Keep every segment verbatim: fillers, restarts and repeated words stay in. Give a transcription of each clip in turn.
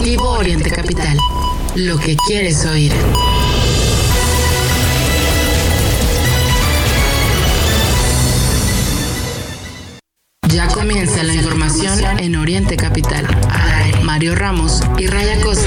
Vivo Oriente Capital. Lo que quieres oír. Ya comienza la información en Oriente Capital. Mario Ramos y Raya Costa.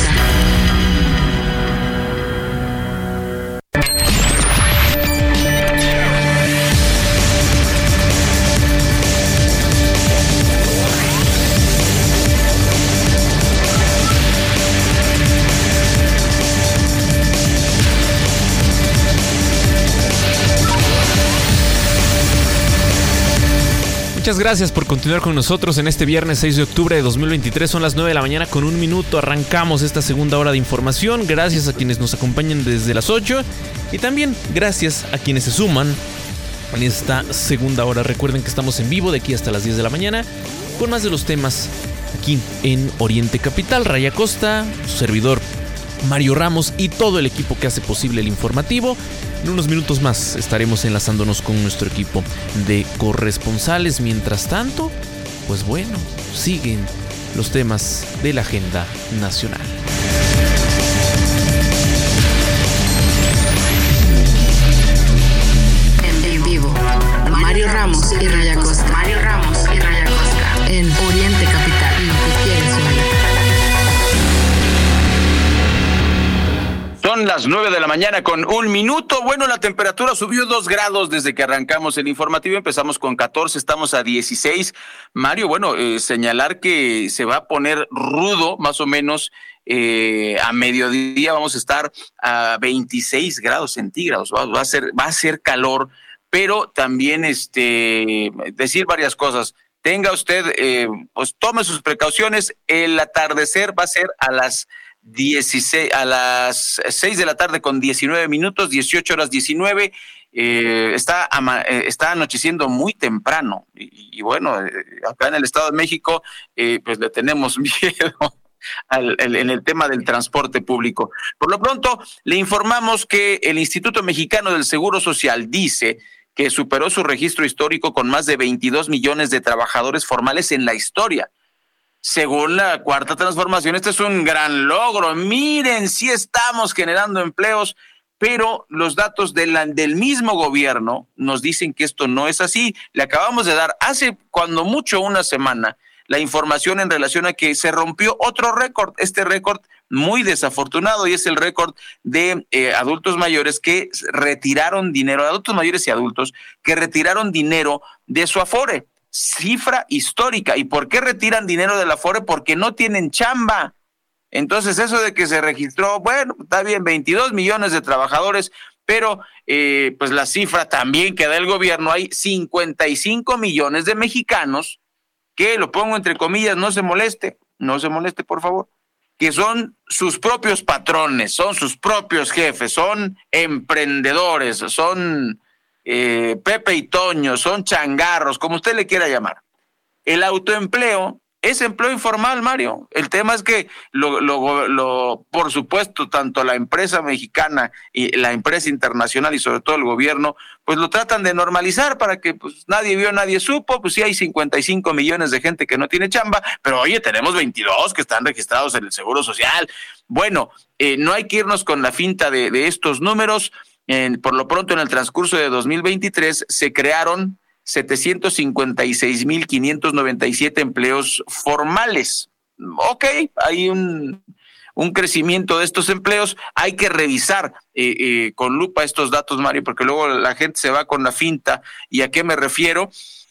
Muchas gracias por continuar con nosotros en este viernes seis de octubre de dos mil veintitrés. Son las nueve de la mañana con un minuto. Arrancamos esta segunda hora de información. Gracias a quienes nos acompañan desde las ocho. Y también gracias a quienes se suman en esta segunda hora. Recuerden que estamos en vivo de aquí hasta las diez de la mañana con más de los temas aquí en Oriente Capital. Raya Costa, su servidor Mario Ramos y todo el equipo que hace posible el informativo. En unos minutos más estaremos enlazándonos con nuestro equipo de corresponsales. Mientras tanto, pues bueno, siguen los temas de la agenda nacional. En vivo, Mario Ramos y Raya Costa. Mario Ramos y Raya Costa. En Oriente Capital. Lo que quieres oír. Son las nueve de la mañana con un minuto. Bueno, la temperatura subió dos grados desde que arrancamos el informativo. Empezamos con catorce, estamos a dieciséis. Mario, bueno, eh, señalar que se va a poner rudo, más o menos, eh, a mediodía vamos a estar a veintiséis grados centígrados. Va, va a ser, va a ser calor, pero también este, decir varias cosas. Tenga usted, eh, pues tome sus precauciones. El atardecer va a ser a las dieciséis, a las seis de la tarde con diecinueve minutos, dieciocho horas diecinueve. Eh, está, ama, eh, está anocheciendo muy temprano. Y, y bueno, eh, acá en el Estado de México, eh, pues le tenemos miedo al, el, en el tema del transporte público. Por lo pronto, le informamos que el Instituto Mexicano del Seguro Social dice que superó su registro histórico con más de veintidós millones de trabajadores formales en la historia. Según la Cuarta Transformación, este es un gran logro. Miren, sí estamos generando empleos, pero los datos de la, del mismo gobierno nos dicen que esto no es así. Le acabamos de dar hace cuando mucho una semana la información en relación a que se rompió otro récord, este récord muy desafortunado, y es el récord de eh, adultos mayores que retiraron dinero, adultos mayores y adultos que retiraron dinero de su Afore. Cifra histórica. ¿Y por qué retiran dinero del Afore? Porque no tienen chamba. Entonces eso de que se registró, bueno, está bien, veintidós millones de trabajadores, pero eh, pues la cifra también que da el gobierno, hay cincuenta y cinco millones de mexicanos, que lo pongo entre comillas, no se moleste, no se moleste por favor, que son sus propios patrones, son sus propios jefes, son emprendedores, son Eh, Pepe y Toño, son changarros, como usted le quiera llamar. El autoempleo es empleo informal, Mario. El tema es que, lo, lo, lo, por supuesto, tanto la empresa mexicana y la empresa internacional y sobre todo el gobierno, pues lo tratan de normalizar para que pues nadie vio, nadie supo. Pues sí hay cincuenta y cinco millones de gente que no tiene chamba, pero oye, tenemos veintidós que están registrados en el Seguro Social. Bueno, eh, no hay que irnos con la finta de, de estos números. En, por lo pronto, en el transcurso de dos mil veintitrés se crearon setecientos cincuenta y seis mil quinientos noventa y siete empleos formales. Ok, hay un, un crecimiento de estos empleos. Hay que revisar eh, eh, con lupa estos datos, Mario, porque luego la gente se va con la finta. ¿Y a qué me refiero?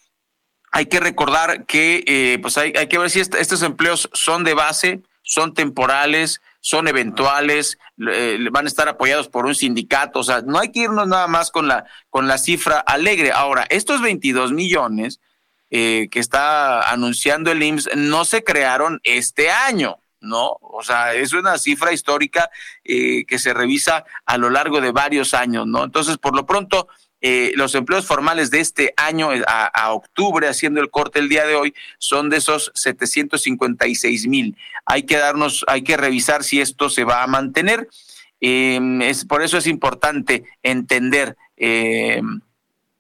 Hay que recordar que eh, pues hay, hay que ver si est- estos empleos son de base, son temporales, son eventuales, eh, van a estar apoyados por un sindicato. O sea, no hay que irnos nada más con la con la cifra alegre. Ahora, estos veintidós millones eh, que está anunciando el I M S S no se crearon este año, ¿no? O sea, es una cifra histórica eh, que se revisa a lo largo de varios años, ¿no? Entonces, por lo pronto, Eh, los empleos formales de este año a, a octubre, haciendo el corte el día de hoy, son de esos setecientos cincuenta y seis mil. Hay que darnos, hay que revisar si esto se va a mantener. Eh, es, por eso es importante entender eh,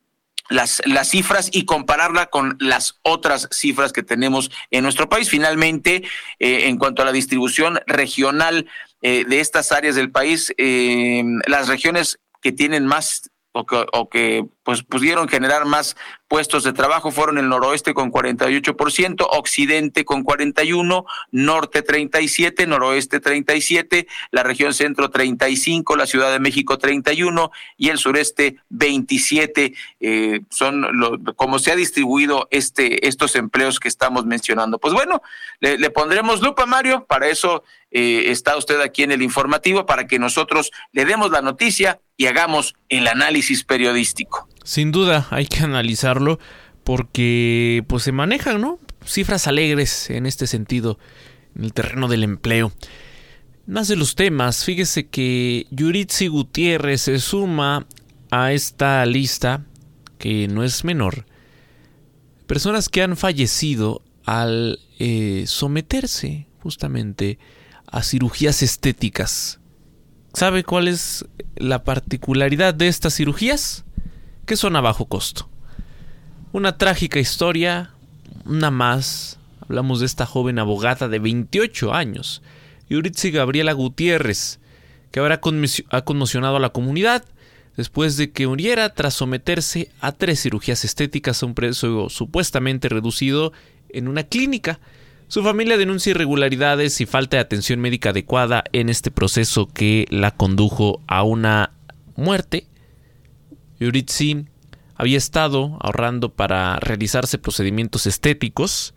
Las, las cifras y compararla con las otras cifras que tenemos en nuestro país. Finalmente, eh, en cuanto a la distribución regional eh, de estas áreas del país, eh, las regiones que tienen más o que, o que pues pudieron generar más puestos de trabajo fueron el noroeste con cuarenta y ocho por ciento, occidente con cuarenta y uno, norte treinta y siete, noroeste treinta y siete, la región centro treinta y cinco, la Ciudad de México treinta y uno y el sureste veintisiete. Eh, son lo, como se ha distribuido este estos empleos que estamos mencionando. Pues bueno, le, le pondremos lupa, Mario, para eso eh, está usted aquí en el informativo, para que nosotros le demos la noticia y hagamos el análisis periodístico. Sin duda hay que analizarlo porque pues se manejan, ¿no?, cifras alegres en este sentido en el terreno del empleo. Más de los temas, fíjese que Yuritsi Gutiérrez se suma a esta lista, que no es menor, personas que han fallecido al eh, someterse justamente a cirugías estéticas. ¿Sabe cuál es la particularidad de estas cirugías? Que son a bajo costo. Una trágica historia, una más. Hablamos de esta joven abogada de veintiocho años, Yuritsi Gabriela Gutiérrez, que ahora ha conmocionado a la comunidad después de que muriera tras someterse a tres cirugías estéticas a un precio supuestamente reducido en una clínica. Su familia denuncia irregularidades y falta de atención médica adecuada en este proceso que la condujo a una muerte. Yuritsi había estado ahorrando para realizarse procedimientos estéticos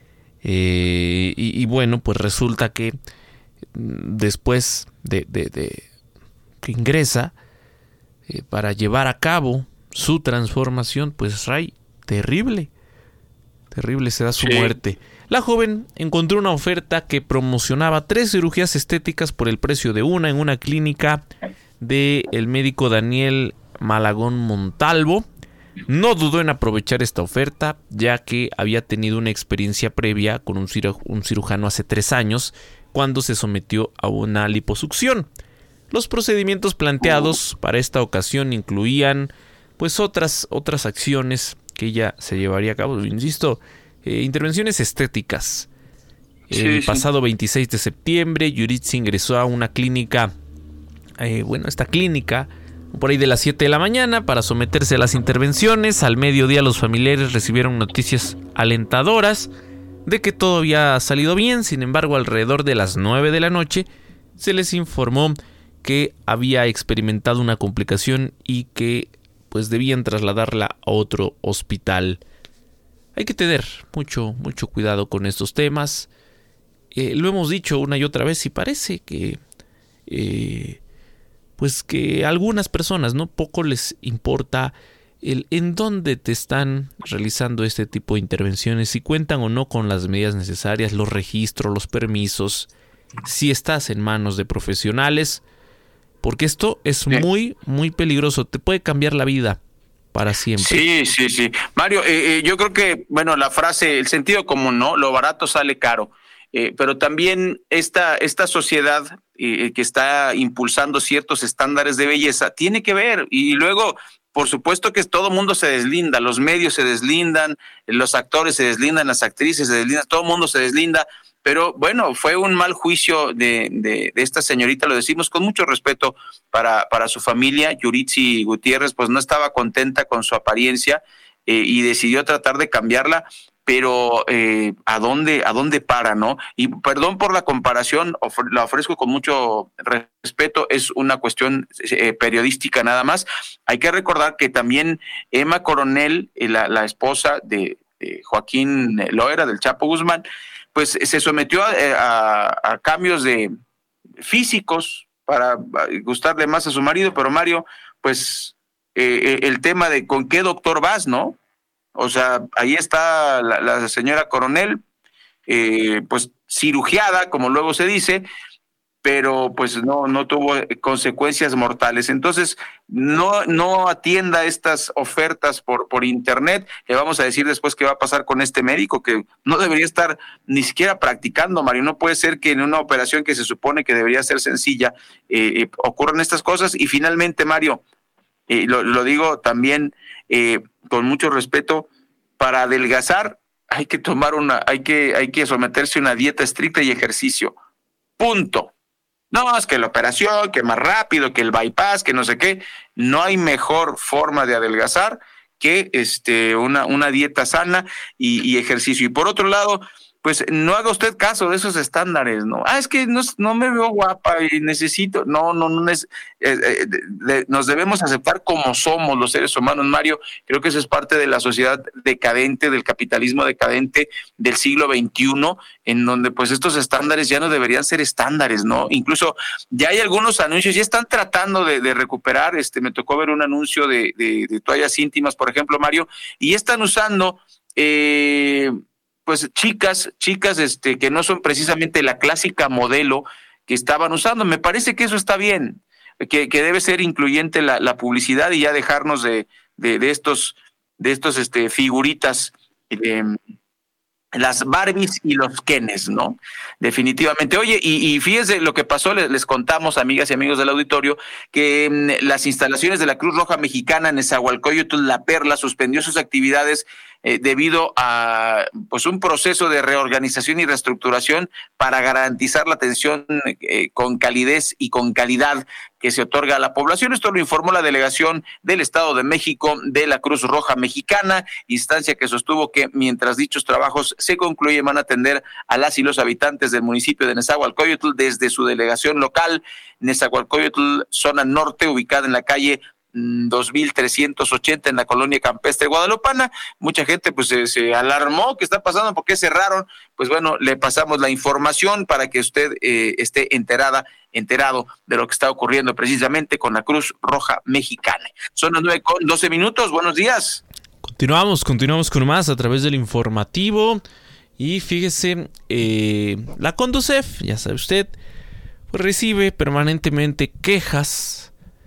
eh, y, y bueno, pues resulta que después de, de, de que ingresa eh, para llevar a cabo su transformación, pues ray, terrible, terrible se da su sí. muerte. La joven encontró una oferta que promocionaba tres cirugías estéticas por el precio de una en una clínica del médico Daniel Malagón Montalvo. No dudó en aprovechar esta oferta, ya que había tenido una experiencia previa con un, ciru- un cirujano hace tres años, cuando se sometió a una liposucción. Los procedimientos planteados para esta ocasión incluían pues otras, otras acciones que ella se llevaría a cabo, insisto, eh, intervenciones estéticas. Sí, el sí. pasado veintiséis de septiembre, Yuritsi ingresó a una clínica, eh, bueno, esta clínica, por ahí de las siete de la mañana para someterse a las intervenciones. Al mediodía los familiares recibieron noticias alentadoras de que todo había salido bien. Sin embargo, alrededor de las nueve de la noche se les informó que había experimentado una complicación y que pues debían trasladarla a otro hospital. Hay que tener mucho, mucho cuidado con estos temas. Eh, lo hemos dicho una y otra vez y parece que eh, pues que a algunas personas no poco les importa el en dónde te están realizando este tipo de intervenciones, si cuentan o no con las medidas necesarias, los registros, los permisos, si estás en manos de profesionales, porque esto es sí. muy, muy peligroso, te puede cambiar la vida para siempre. Sí, sí, sí. Mario, eh, eh, yo creo que, bueno, la frase, el sentido común, ¿no? Lo barato sale caro. Eh, pero también esta, esta sociedad eh, que está impulsando ciertos estándares de belleza tiene que ver, y luego, por supuesto que todo el mundo se deslinda, los medios se deslindan, los actores se deslindan, las actrices se deslindan, todo el mundo se deslinda, pero bueno, fue un mal juicio de, de, de esta señorita, lo decimos con mucho respeto para, para su familia. Yuritsi Gutiérrez pues no estaba contenta con su apariencia eh, y decidió tratar de cambiarla. Pero eh, ¿a dónde a dónde para, no? Y perdón por la comparación, of- la ofrezco con mucho respeto, es una cuestión eh, periodística nada más. Hay que recordar que también Emma Coronel, eh, la, la esposa de, de Joaquín Loera, del Chapo Guzmán, pues se sometió a, a, a cambios de físicos para gustarle más a su marido, pero Mario, pues eh, el tema de con qué doctor vas, ¿no? O sea, ahí está la, la señora Coronel, eh, pues cirugiada, como luego se dice, pero pues no, no tuvo consecuencias mortales. Entonces, no, no atienda estas ofertas por, por internet. Le vamos a decir después qué va a pasar con este médico, que no debería estar ni siquiera practicando, Mario. No puede ser que en una operación que se supone que debería ser sencilla, eh, eh, ocurran estas cosas. Y finalmente, Mario, eh, lo, lo digo también, eh, con mucho respeto, para adelgazar hay que tomar una, hay que, hay que someterse a una dieta estricta y ejercicio. Punto. No, es que la operación, que más rápido, que el bypass, que no sé qué. No hay mejor forma de adelgazar que este una, una dieta sana y, y ejercicio. Y por otro lado, pues no haga usted caso de esos estándares, ¿no? Ah, es que no, no me veo guapa y necesito, no, no, no, es, eh, eh, de, de, nos debemos aceptar como somos los seres humanos, Mario. Creo que eso es parte de la sociedad decadente, del capitalismo decadente del siglo veintiuno, en donde pues estos estándares ya no deberían ser estándares, ¿no? Incluso ya hay algunos anuncios, ya están tratando de, de recuperar, este, me tocó ver un anuncio de, de, de toallas íntimas, por ejemplo, Mario, y están usando, eh, pues chicas, chicas este, que no son precisamente la clásica modelo que estaban usando. Me parece que eso está bien, que, que debe ser incluyente la, la publicidad y ya dejarnos de, de, de estos, de estos este, figuritas, eh, las Barbies y los Kenes, ¿no? Definitivamente. Oye, y, y fíjense lo que pasó, les, les contamos, amigas y amigos del auditorio, que mmm, las instalaciones de la Cruz Roja Mexicana en Nezahualcóyotl, La Perla, suspendió sus actividades eh, debido a pues un proceso de reorganización y reestructuración para garantizar la atención eh, con calidez y con calidad que se otorga a la población. Esto lo informó la delegación del Estado de México de la Cruz Roja Mexicana, instancia que sostuvo que mientras dichos trabajos se concluyen van a atender a las y los habitantes del municipio de Nezahualcóyotl desde su delegación local, Nezahualcóyotl, zona norte, ubicada en la calle dos mil trescientos ochenta en la colonia campestre guadalupana. Mucha gente pues se, se alarmó, ¿qué está pasando? ¿Por qué cerraron? Pues bueno, le pasamos la información para que usted eh, esté enterada, enterado de lo que está ocurriendo precisamente con la Cruz Roja Mexicana. Son las nueve con doce minutos, buenos días. Continuamos, continuamos con más a través del informativo y fíjese, eh, la Conducef, ya sabe usted, pues recibe permanentemente quejas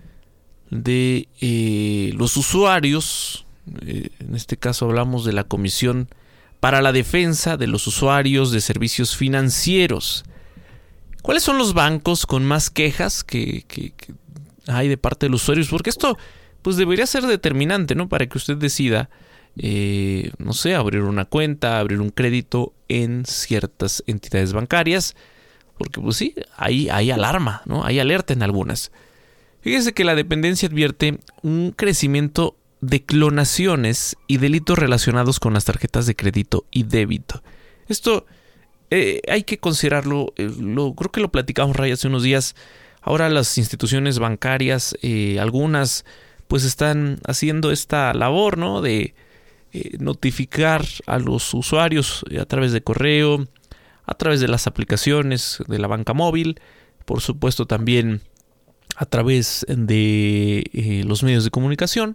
de eh, los usuarios. Eh, en este caso hablamos de la Comisión para la Defensa de los Usuarios de Servicios Financieros. ¿Cuáles son los bancos con más quejas que, que, que hay de parte de los usuarios? Porque esto pues debería ser determinante, ¿no? Para que usted decida, eh, no sé, abrir una cuenta, abrir un crédito en ciertas entidades bancarias. Porque pues sí, hay, hay alarma, ¿no? Hay alerta en algunas. Fíjese que la dependencia advierte un crecimiento de clonaciones y delitos relacionados con las tarjetas de crédito y débito. Esto eh, hay que considerarlo, eh, lo, creo que lo platicamos, Ray, hace unos días. Ahora las instituciones bancarias, eh, algunas, pues están haciendo esta labor, ¿no? De eh, notificar a los usuarios a través de correo, a través de las aplicaciones de la banca móvil, por supuesto también a través de eh, los medios de comunicación,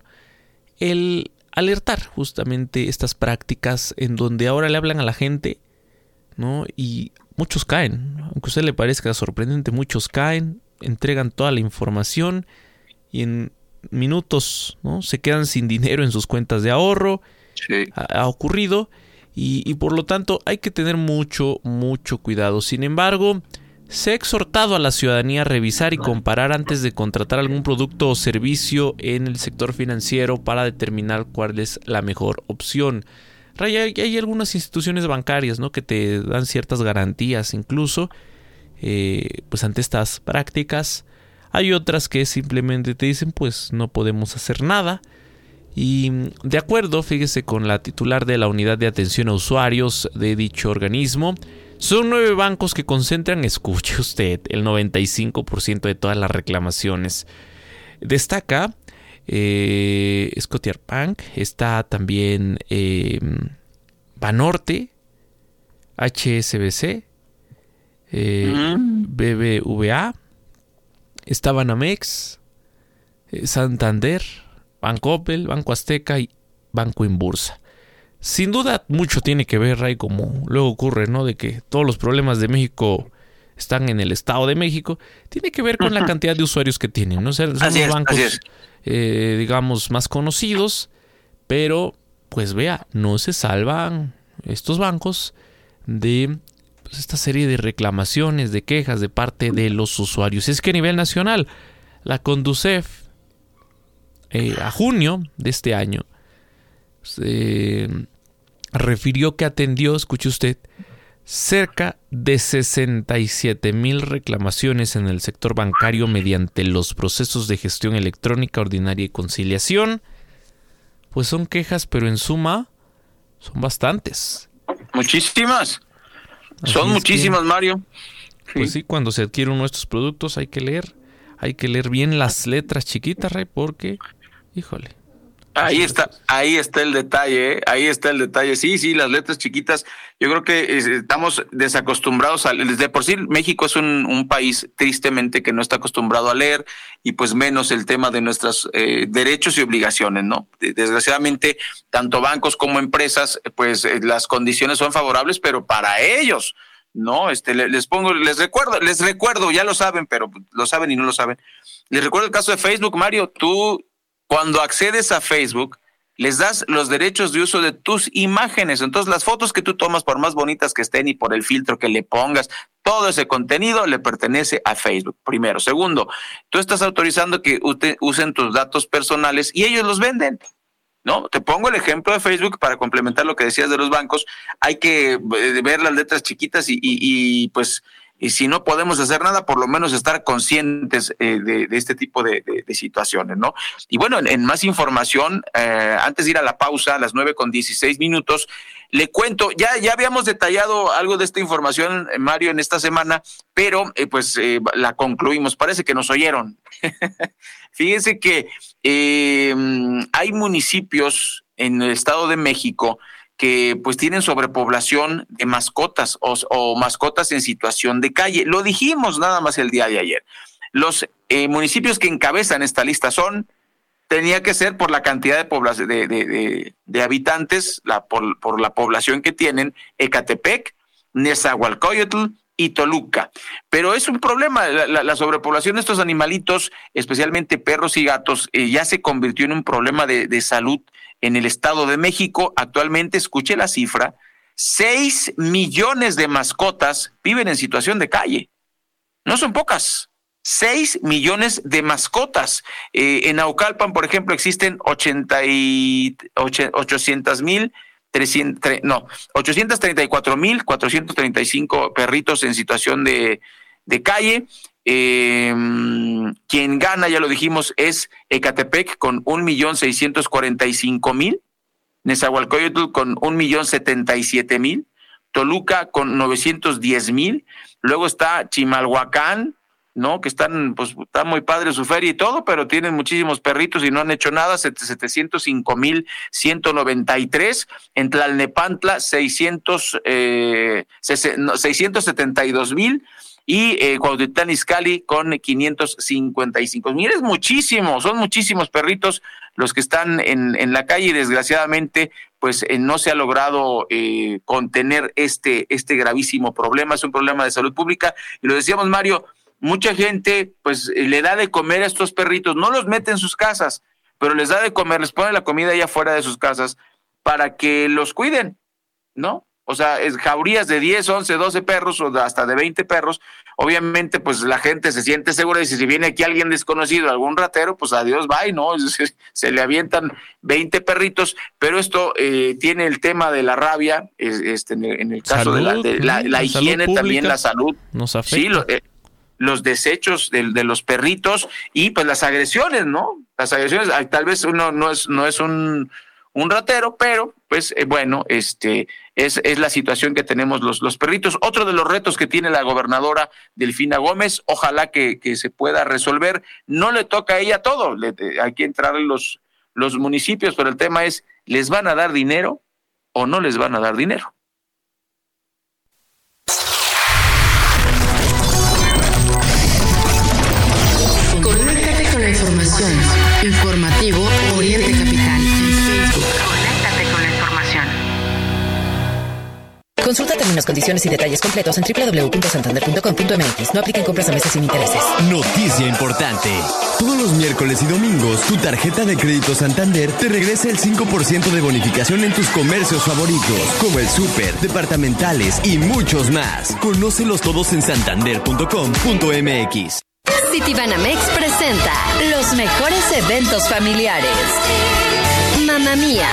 el alertar justamente estas prácticas en donde ahora le hablan a la gente, ¿no? Y muchos caen, aunque a usted le parezca sorprendente, muchos caen, entregan toda la información y en minutos, ¿no? Se quedan sin dinero en sus cuentas de ahorro. Sí. Ha, ha ocurrido y, y por lo tanto hay que tener mucho, mucho cuidado. Sin embargo, se ha exhortado a la ciudadanía a revisar y comparar antes de contratar algún producto o servicio en el sector financiero para determinar cuál es la mejor opción. Hay, hay algunas instituciones bancarias, ¿no? Que te dan ciertas garantías incluso eh, pues ante estas prácticas. Hay otras que simplemente te dicen pues no podemos hacer nada. Y de acuerdo, fíjese, con la titular de la Unidad de Atención a Usuarios de dicho organismo, son nueve bancos que concentran, escuche usted, el noventa y cinco por ciento de todas las reclamaciones. Destaca eh, Scotiabank, está también eh, Banorte, H S B C, eh, uh-huh. B B V A, está Banamex, eh, Santander, Banco Opel, Banco Azteca y Banco Inbursa. Sin duda mucho tiene que ver, Ray, como luego ocurre, ¿no? De que todos los problemas de México están en el Estado de México. Tiene que ver con la cantidad de usuarios que tienen, ¿no? O sea, son así los es, bancos, eh, digamos, más conocidos, pero, pues vea, no se salvan estos bancos de pues, esta serie de reclamaciones, de quejas de parte de los usuarios. Es que a nivel nacional, la Conducef, eh, a junio de este año, se refirió que atendió, escuche usted, cerca de sesenta y siete mil reclamaciones en el sector bancario mediante los procesos de gestión electrónica ordinaria y conciliación. Pues son quejas, pero en suma son bastantes. Muchísimas. Así son muchísimas, que, Mario. Pues sí. sí, cuando se adquiere uno de estos productos hay que leer, hay que leer bien las letras chiquitas, Ray, porque, híjole. Ahí está, ahí está el detalle, ¿eh? ahí está el detalle. Sí, sí, las letras chiquitas. Yo creo que estamos desacostumbrados a, desde por sí México es un, un país tristemente que no está acostumbrado a leer y pues menos el tema de nuestros eh, derechos y obligaciones, ¿no? Desgraciadamente, tanto bancos como empresas, pues eh, las condiciones son favorables, pero para ellos, ¿no? Este, les pongo, les recuerdo, les recuerdo, ya lo saben, pero lo saben y no lo saben. Les recuerdo el caso de Facebook, Mario, tú cuando accedes a Facebook, les das los derechos de uso de tus imágenes. Entonces, las fotos que tú tomas, por más bonitas que estén y por el filtro que le pongas, todo ese contenido le pertenece a Facebook, primero. Segundo, tú estás autorizando que usen tus datos personales y ellos los venden, ¿no? Te pongo el ejemplo de Facebook para complementar lo que decías de los bancos. Hay que ver las letras chiquitas y, y, y pues... Y si no podemos hacer nada, por lo menos estar conscientes eh, de, de este tipo de, de, de situaciones, ¿no? Y bueno, en, en más información, eh, antes de ir a la pausa, a las nueve con dieciséis minutos, le cuento, ya, ya habíamos detallado algo de esta información, Mario, en esta semana, pero eh, pues eh, la concluimos. Parece que nos oyeron. Fíjense que eh, hay municipios en el Estado de México que pues tienen sobrepoblación de mascotas o, o mascotas en situación de calle. Lo dijimos nada más el día de ayer. Los eh, municipios que encabezan esta lista son, tenía que ser por la cantidad de población de, de, de, de habitantes, la, por, por la población que tienen, Ecatepec, Nezahualcóyotl y Toluca. Pero es un problema, la, la, la sobrepoblación de estos animalitos, especialmente perros y gatos, eh, ya se convirtió en un problema de, de salud en el Estado de México. Actualmente, escuche la cifra, seis millones de mascotas viven en situación de calle. No son pocas, seis millones de mascotas. Eh, en Naucalpan, por ejemplo, existen ochenta y ochocientos mil, no, ochocientos treinta y cuatro mil cuatrocientos treinta y cinco perritos en situación de, de calle. Eh, quien gana, ya lo dijimos, es Ecatepec con un millón seiscientos cuarenta y cinco mil, Nezahualcóyotl con un millón setenta y siete mil, Toluca con novecientos diez mil, luego está Chimalhuacán, ¿no? Que están, pues, está muy padre su feria y todo, pero tienen muchísimos perritos y no han hecho nada, setecientos cinco mil ciento noventa y tres, en Tlalnepantla seiscientos, eh, seiscientos setenta y dos mil, y eh, Cuautitlán Izcalli con quinientos cincuenta y cinco. Mira, es muchísimo, son muchísimos perritos los que están en, en la calle y desgraciadamente pues eh, no se ha logrado eh, contener este, este gravísimo problema. Es un problema de salud pública y lo decíamos, Mario, mucha gente pues eh, le da de comer a estos perritos, no los mete en sus casas, pero les da de comer, les pone la comida allá afuera de sus casas para que los cuiden, ¿no? O sea, es jaurías de diez, once, doce perros o hasta de veinte perros. Obviamente, pues la gente se siente segura y si viene aquí alguien desconocido, algún ratero, pues adiós, bye, ¿no? Se, se le avientan veinte perritos, pero esto eh, tiene el tema de la rabia, este, en, el, en el caso salud, de la, de la, la higiene, también la salud. Nos afecta. Sí, lo, eh, los desechos de, de los perritos y pues las agresiones, ¿no? Las agresiones, tal vez uno no es, no es un... un ratero, pero pues eh, bueno, este es, es la situación que tenemos los, los perritos. Otro de los retos que tiene la gobernadora Delfina Gómez, ojalá que, que se pueda resolver. No le toca a ella todo, le, hay que entrar en los, los municipios, pero el tema es, ¿les van a dar dinero o no les van a dar dinero? Conéctate con la información. Informativo Oriente Capital. Conéctate con la información. Consulta términos, condiciones y detalles completos en doble u doble u doble u punto santander punto com punto m x. No apliquen compras a meses sin intereses. Noticia importante. Todos los miércoles y domingos, tu tarjeta de crédito Santander te regresa el cinco por ciento de bonificación en tus comercios favoritos, como el súper, departamentales y muchos más. Conócelos todos en santander punto com punto m x. Citibanamex presenta los mejores eventos familiares. Mamma Mía.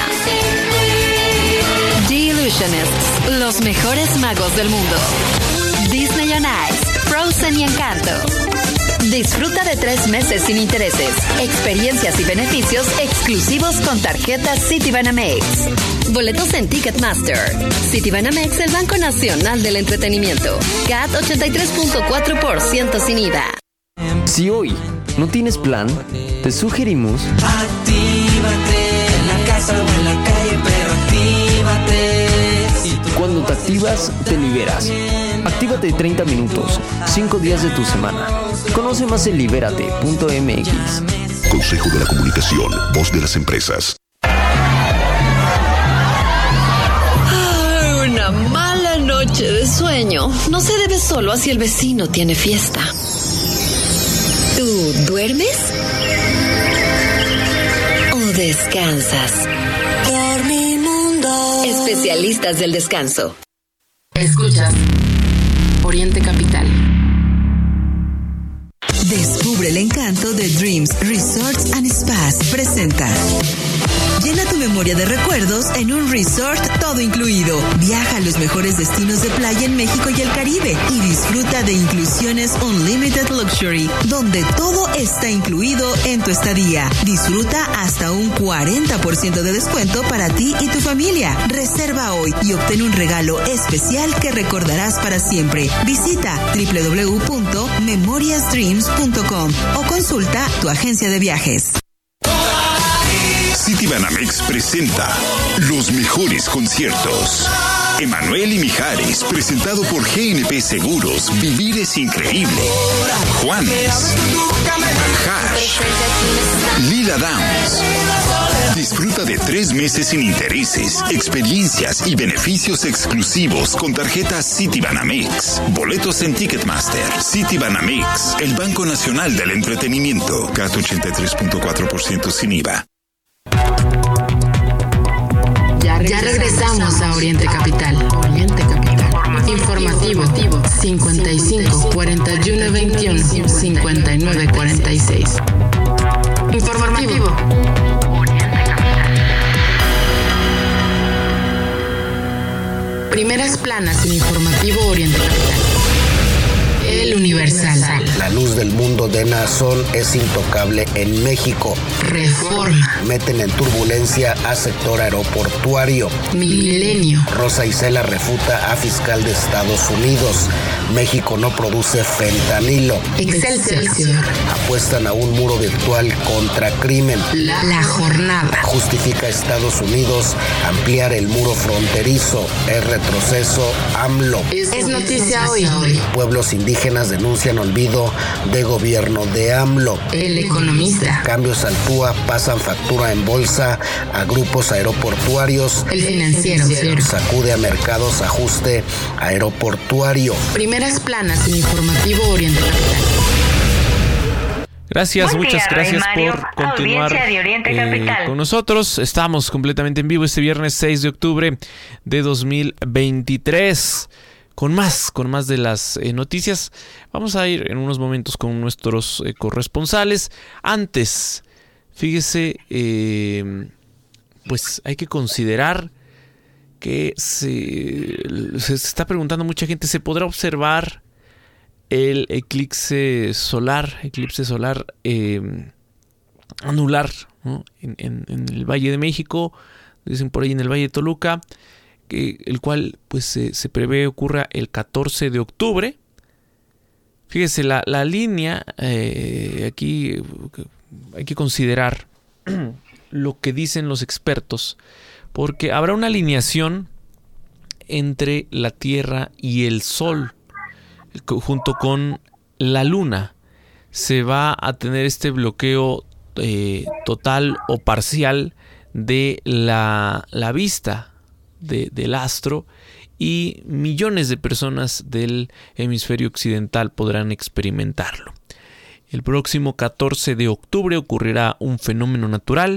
The Illusionists, los mejores magos del mundo. Disney on Ice, Frozen y Encanto. Disfruta de tres meses sin intereses, experiencias y beneficios exclusivos con tarjetas Citibanamex. Boletos en Ticketmaster. Citibanamex, el Banco Nacional del Entretenimiento. C A T ochenta y tres punto cuatro por ciento sin I V A. Si hoy no tienes plan, te sugerimos... Actívate en la casa o en la calle, pero actívate. Cuando te activas, te liberas. Actívate treinta minutos, cinco días de tu semana. Conoce más en libérate punto m x. Consejo de la Comunicación, voz de las empresas. Ay, una mala noche de sueño no se debe solo a si el vecino tiene fiesta. ¿Tú duermes? ¿O descansas? Dormimundo. Especialistas del descanso. Escuchas Oriente Capital. Descubre el encanto de Dreams Resorts and Spas. Presenta. Llena tu memoria de recuerdos en un resort todo incluido. Viaja a los mejores destinos de playa en México y el Caribe y disfruta de inclusiones Unlimited Luxury, donde todo está incluido en tu estadía. Disfruta hasta un cuarenta por ciento de descuento para ti y tu familia. Reserva hoy y obtén un regalo especial que recordarás para siempre. Visita doble u doble u doble u punto memorias dreams punto com o consulta tu agencia de viajes. Citibanamex presenta los mejores conciertos. Emanuel y Mijares, presentado por G N P Seguros. Vivir es increíble. Juanes. Hash. Lila Downs. Disfruta de tres meses sin intereses, experiencias y beneficios exclusivos con tarjetas Citibanamex. Boletos en Ticketmaster. Citibanamex, el Banco Nacional del Entretenimiento. C A T ochenta y tres punto cuatro por ciento sin I V A. Ya regresamos, ya regresamos a Oriente Capital. Oriente Capital. Informativo. Informativo. cincuenta y cinco, cuarenta y uno, veintiuno, cincuenta y nueve, cuarenta y seis. Informativo. Primeras planas en Informativo Oriente Capital. El Universal. La luz del mundo de Nazón es intocable en México. Reforma. Meten en turbulencia a sector aeroportuario. Milenio. Rosa Isela refuta a fiscal de Estados Unidos. México no produce fentanilo. Excelsior. Apuestan a un muro virtual contra crimen. La, la jornada. Justifica Estados Unidos ampliar el muro fronterizo. Es retroceso AMLO. Es, es noticia hoy. Pueblos indígenas denuncian olvido de gobierno de AMLO. El Economista. Cambios al T U A pasan factura en bolsa a grupos aeroportuarios. El Financiero. Sacude a mercados ajuste aeroportuario. Primeras planas en Informativo Oriente Capital. Gracias, Buen muchas día, gracias Mario, por continuar eh, con nosotros. Estamos completamente en vivo este viernes seis de octubre de dos mil veintitrés. Con más, con más de las eh, noticias. Vamos a ir en unos momentos con nuestros eh, corresponsales. Antes, fíjese, eh, pues hay que considerar que se, se está preguntando mucha gente, ¿se podrá observar el eclipse solar, eclipse solar eh, anular, ¿no? en, en, en el Valle de México, dicen por ahí en el Valle de Toluca, que, el cual pues se, se prevé ocurra el catorce de octubre. Fíjese, la, la línea, eh, aquí hay que considerar lo que dicen los expertos, porque habrá una alineación entre la Tierra y el Sol, junto con la Luna. Se va a tener este bloqueo eh, total o parcial de la, la vista de, del astro, y millones de personas del hemisferio occidental podrán experimentarlo. El próximo catorce de octubre ocurrirá un fenómeno natural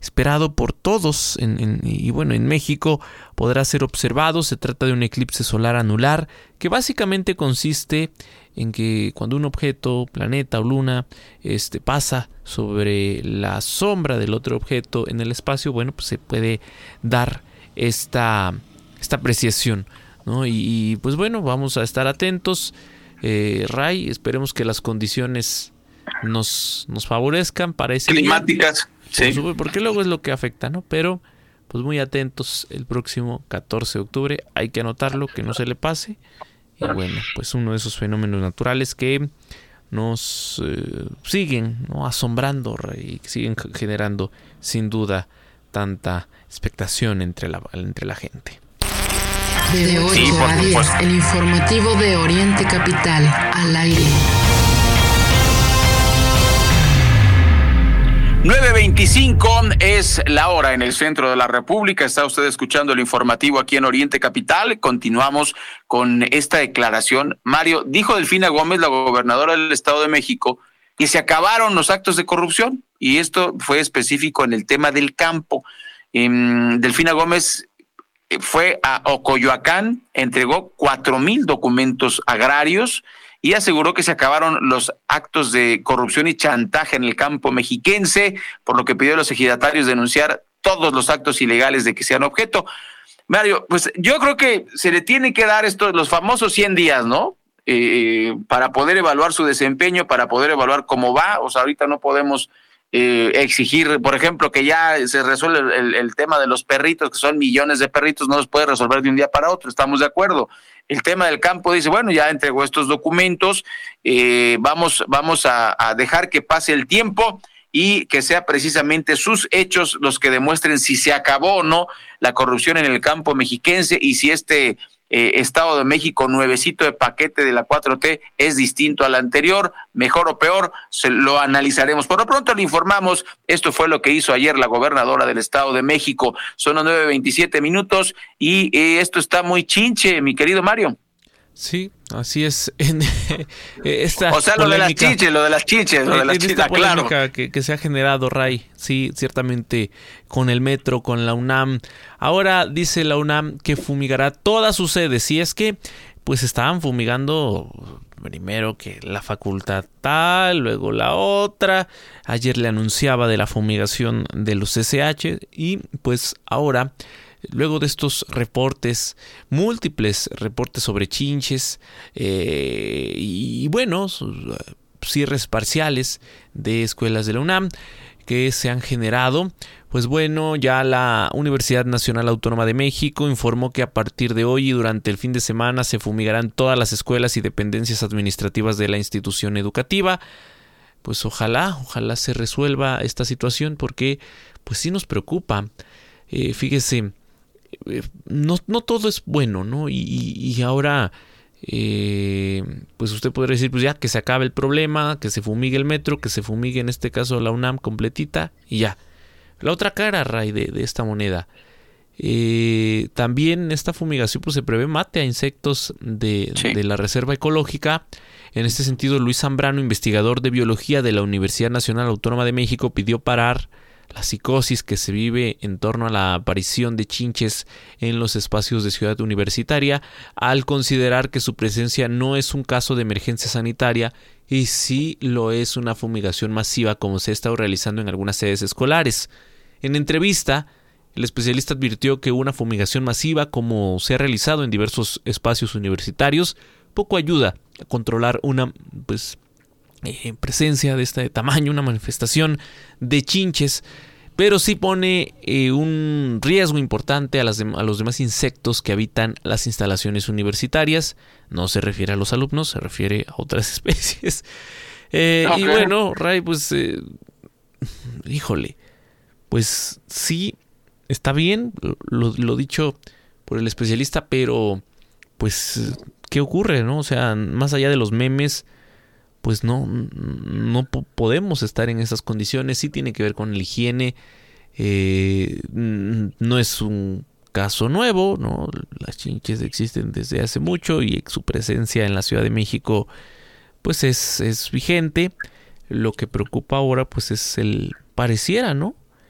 esperado por todos en, en, y bueno, en México podrá ser observado. Se trata de un eclipse solar anular que básicamente consiste en que cuando un objeto, planeta o luna, este, pasa sobre la sombra del otro objeto en el espacio, bueno, pues se puede dar esta, esta apreciación, ¿no? Y, y pues bueno, vamos a estar atentos, eh, Ray, esperemos que las condiciones nos, nos favorezcan para ese climáticas. Día, sí. Porque luego es lo que afecta, ¿no? Pero pues muy atentos el próximo catorce de octubre, hay que anotarlo, que no se le pase. Y bueno, pues uno de esos fenómenos naturales que nos eh, siguen, ¿no?, asombrando y siguen generando sin duda tanta expectación entre la, entre la gente. De ocho sí, a diez, el informativo de Oriente Capital, al aire. nueve veinticinco es la hora en el centro de la República. Está usted escuchando el informativo aquí en Oriente Capital. Continuamos con esta declaración. Mario, dijo Delfina Gómez, la gobernadora del Estado de México, que se acabaron los actos de corrupción. Y esto fue específico en el tema del campo. Eh, Delfina Gómez fue a Ocoyoacán, entregó cuatro mil documentos agrarios y aseguró que se acabaron los actos de corrupción y chantaje en el campo mexiquense, por lo que pidió a los ejidatarios denunciar todos los actos ilegales de que sean objeto. Mario, pues yo creo que se le tiene que dar estos, los famosos cien días, ¿no? Eh, para poder evaluar su desempeño, para poder evaluar cómo va. O sea, ahorita no podemos eh, exigir, por ejemplo, que ya se resuelve el, el, el tema de los perritos, que son millones de perritos, no los puede resolver de un día para otro, estamos de acuerdo. El tema del campo dice, bueno, ya entregó estos documentos, eh, vamos, vamos a, a dejar que pase el tiempo y que sea precisamente sus hechos los que demuestren si se acabó o no la corrupción en el campo mexiquense y si este eh, Estado de México nuevecito de paquete de la cuatro T es distinto al anterior, mejor o peor, se lo analizaremos. Por lo pronto le informamos, esto fue lo que hizo ayer la gobernadora del Estado de México. Son los nueve veintisiete minutos y eh, esto está muy chinche, mi querido Mario. Sí, así es. En esta o sea, lo polémica, de las chiches, lo de las chiches, lo de las chiches, claro. claro. Que, que se ha generado, Ray, sí, ciertamente con el metro, con la UNAM. Ahora dice la UNAM que fumigará todas sus sedes. Si es que, pues estaban fumigando primero que la facultad tal, luego la otra. Ayer le anunciaba de la fumigación de los C C H y pues ahora, luego de estos reportes, múltiples reportes sobre chinches eh, y, y bueno, cierres parciales de escuelas de la UNAM que se han generado, pues bueno, ya la Universidad Nacional Autónoma de México informó que a partir de hoy y durante el fin de semana se fumigarán todas las escuelas y dependencias administrativas de la institución educativa. Pues ojalá, ojalá se resuelva esta situación porque pues sí nos preocupa. Eh, fíjese, No, no todo es bueno, ¿no? Y, y ahora, eh, pues usted podría decir, pues ya, que se acabe el problema, que se fumigue el metro, que se fumigue en este caso la UNAM completita y ya. La otra cara, Ray, de, de esta moneda. Eh, también esta fumigación pues se prevé mate a insectos de, sí. de la Reserva Ecológica. En este sentido, Luis Zambrano, investigador de biología de la Universidad Nacional Autónoma de México, pidió parar la psicosis que se vive en torno a la aparición de chinches en los espacios de Ciudad Universitaria, al considerar que su presencia no es un caso de emergencia sanitaria y sí lo es una fumigación masiva como se ha estado realizando en algunas sedes escolares. En entrevista, el especialista advirtió que una fumigación masiva como se ha realizado en diversos espacios universitarios poco ayuda a controlar una pues Eh, presencia de este tamaño, una manifestación de chinches, pero sí pone eh, un riesgo importante a, las de, a los demás insectos que habitan las instalaciones universitarias. No se refiere a los alumnos, se refiere a otras especies. Eh, okay. Y bueno, Ray, pues, eh, híjole, pues sí, está bien lo, lo dicho por el especialista, pero pues, ¿qué ocurre, no? O sea, más allá de los memes, pues no, no podemos estar en esas condiciones. Sí tiene que ver con la higiene. Eh, no es un caso nuevo, ¿no? Las chinches existen desde hace mucho y su presencia en la Ciudad de México pues es, es vigente. Lo que preocupa ahora pues es el, pareciera, ¿no?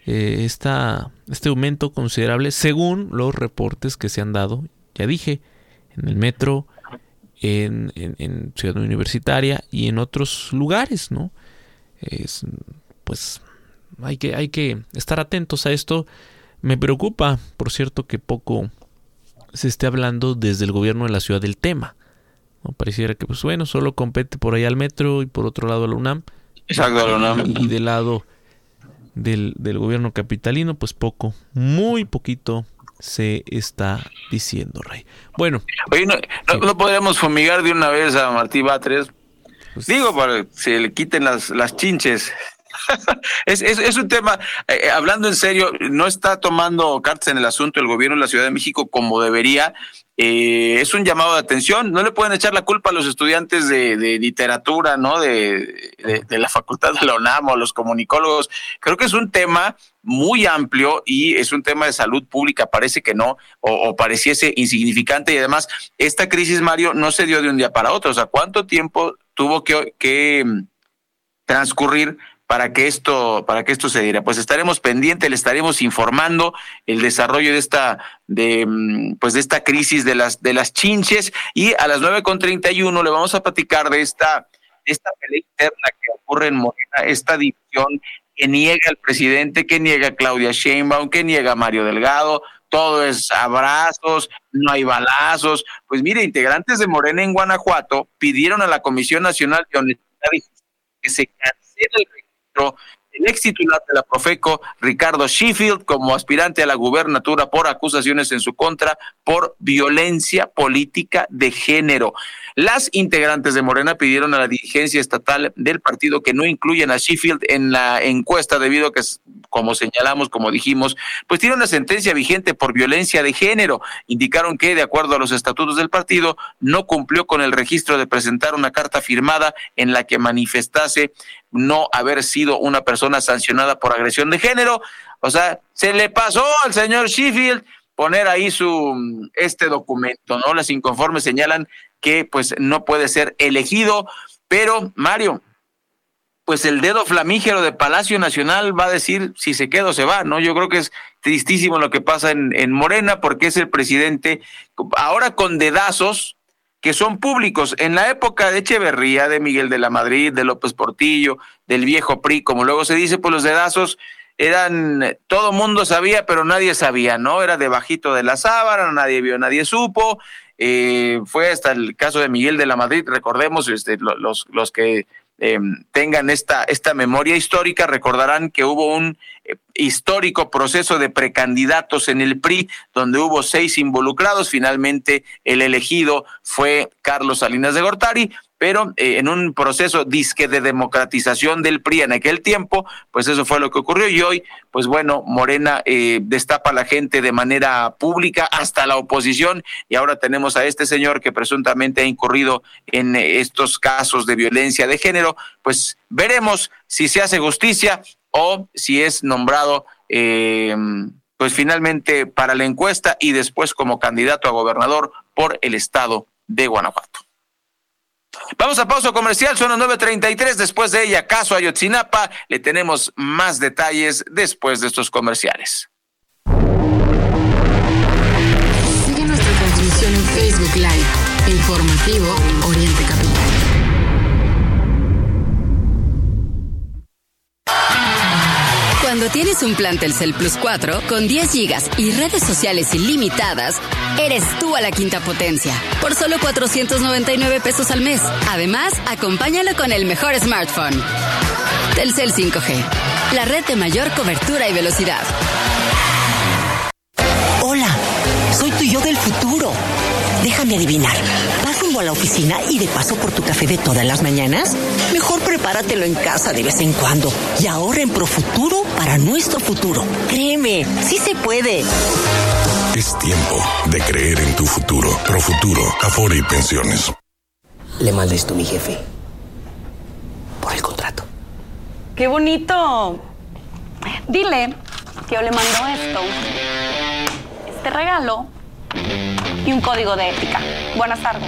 eh, esta, este aumento considerable según los reportes que se han dado, ya dije, en el metro, en, en, en Ciudad Universitaria y en otros lugares, ¿no? Es, pues hay que, hay que estar atentos a esto. Me preocupa, por cierto, que poco se esté hablando desde el gobierno de la ciudad del tema, ¿no? Pareciera que, pues bueno, solo compete por ahí al metro y por otro lado a la UNAM. Exacto, a la UNAM. Y del lado del, del gobierno capitalino, pues poco, muy poquito se está diciendo, Rey. Bueno. Oye, no, no, no podríamos fumigar de una vez a Martí Batres. Pues, digo, para que se le quiten las, las chinches. es, es, es un tema, eh, hablando en serio, no está tomando cartas en el asunto el gobierno de la Ciudad de México como debería. Eh, es un llamado de atención. No le pueden echar la culpa a los estudiantes de, de literatura, ¿no? De, de, de la facultad de la UNAM o a los comunicólogos. Creo que es un tema muy amplio y es un tema de salud pública. Parece que no, o, o pareciese insignificante. Y además, esta crisis, Mario, no se dio de un día para otro. O sea, ¿cuánto tiempo tuvo que, que transcurrir para que esto, para que esto se diera? Pues estaremos pendientes, le estaremos informando el desarrollo de esta, de, pues de esta crisis de las, de las chinches, y a las nueve con treinta y uno le vamos a platicar de esta, de esta pelea interna que ocurre en Morena, esta división que niega al presidente, que niega a Claudia Sheinbaum, que niega a Mario Delgado. Todo es abrazos, no hay balazos. Pues mire, integrantes de Morena en Guanajuato pidieron a la Comisión Nacional de Honestidad y Justicia que se cancele el registro del ex titular de la Profeco, Ricardo Sheffield, como aspirante a la gubernatura por acusaciones en su contra por violencia política de género. Las integrantes de Morena pidieron a la dirigencia estatal del partido que no incluyan a Sheffield en la encuesta debido a que, como señalamos, como dijimos, pues tiene una sentencia vigente por violencia de género. Indicaron que, de acuerdo a los estatutos del partido, no cumplió con el registro de presentar una carta firmada en la que manifestase no haber sido una persona sancionada por agresión de género. O sea, se le pasó al señor Sheffield poner ahí su este documento, ¿no? Las inconformes señalan que pues no puede ser elegido, pero Mario, pues el dedo flamígero de Palacio Nacional va a decir si se queda o se va, ¿no? Yo creo que es tristísimo lo que pasa en, en Morena, porque es el presidente ahora con dedazos que son públicos. En la época de Echeverría, de Miguel de la Madrid, de López Portillo, del viejo P R I, como luego se dice, pues los dedazos eran, todo mundo sabía, pero nadie sabía, ¿no? Era debajito de la sábana, nadie vio, nadie supo. Eh, fue hasta el caso de Miguel de la Madrid, recordemos, este, los, los que eh, tengan esta, esta memoria histórica recordarán que hubo un eh, histórico proceso de precandidatos en el P R I, donde hubo seis involucrados. Finalmente el elegido fue Carlos Salinas de Gortari, pero eh, en un proceso disque de democratización del P R I en aquel tiempo, pues eso fue lo que ocurrió. Y hoy, pues bueno, Morena eh, destapa a la gente de manera pública, hasta la oposición, y ahora tenemos a este señor que presuntamente ha incurrido en eh, estos casos de violencia de género. Pues veremos si se hace justicia o si es nombrado eh, pues finalmente para la encuesta y después como candidato a gobernador por el estado de Guanajuato. Vamos a pausa comercial, son las nueve treinta y tres, después de ella, caso Ayotzinapa, le tenemos más detalles después de estos comerciales. Sigue nuestra transmisión en Facebook Live, informativo Oriente Capital. Cuando tienes un plan Telcel Plus cuatro con diez gigas y redes sociales ilimitadas, eres tú a la quinta potencia, por solo cuatrocientos noventa y nueve pesos al mes. Además, acompáñalo con el mejor smartphone. Telcel cinco G, la red de mayor cobertura y velocidad. Hola, soy tu yo del futuro. Déjame adivinar, ¿vas rumbo a la oficina y de paso por tu café de todas las mañanas? Mejor prepáratelo en casa de vez en cuando y ahorra en Profuturo para nuestro futuro. Créeme, sí se puede. Es tiempo de creer en tu futuro. Profuturo, Afore y Pensiones. Le manda esto a mi jefe por el contrato. ¡Qué bonito! Dile que yo le mando esto, este regalo y un código de ética. Buenas tardes.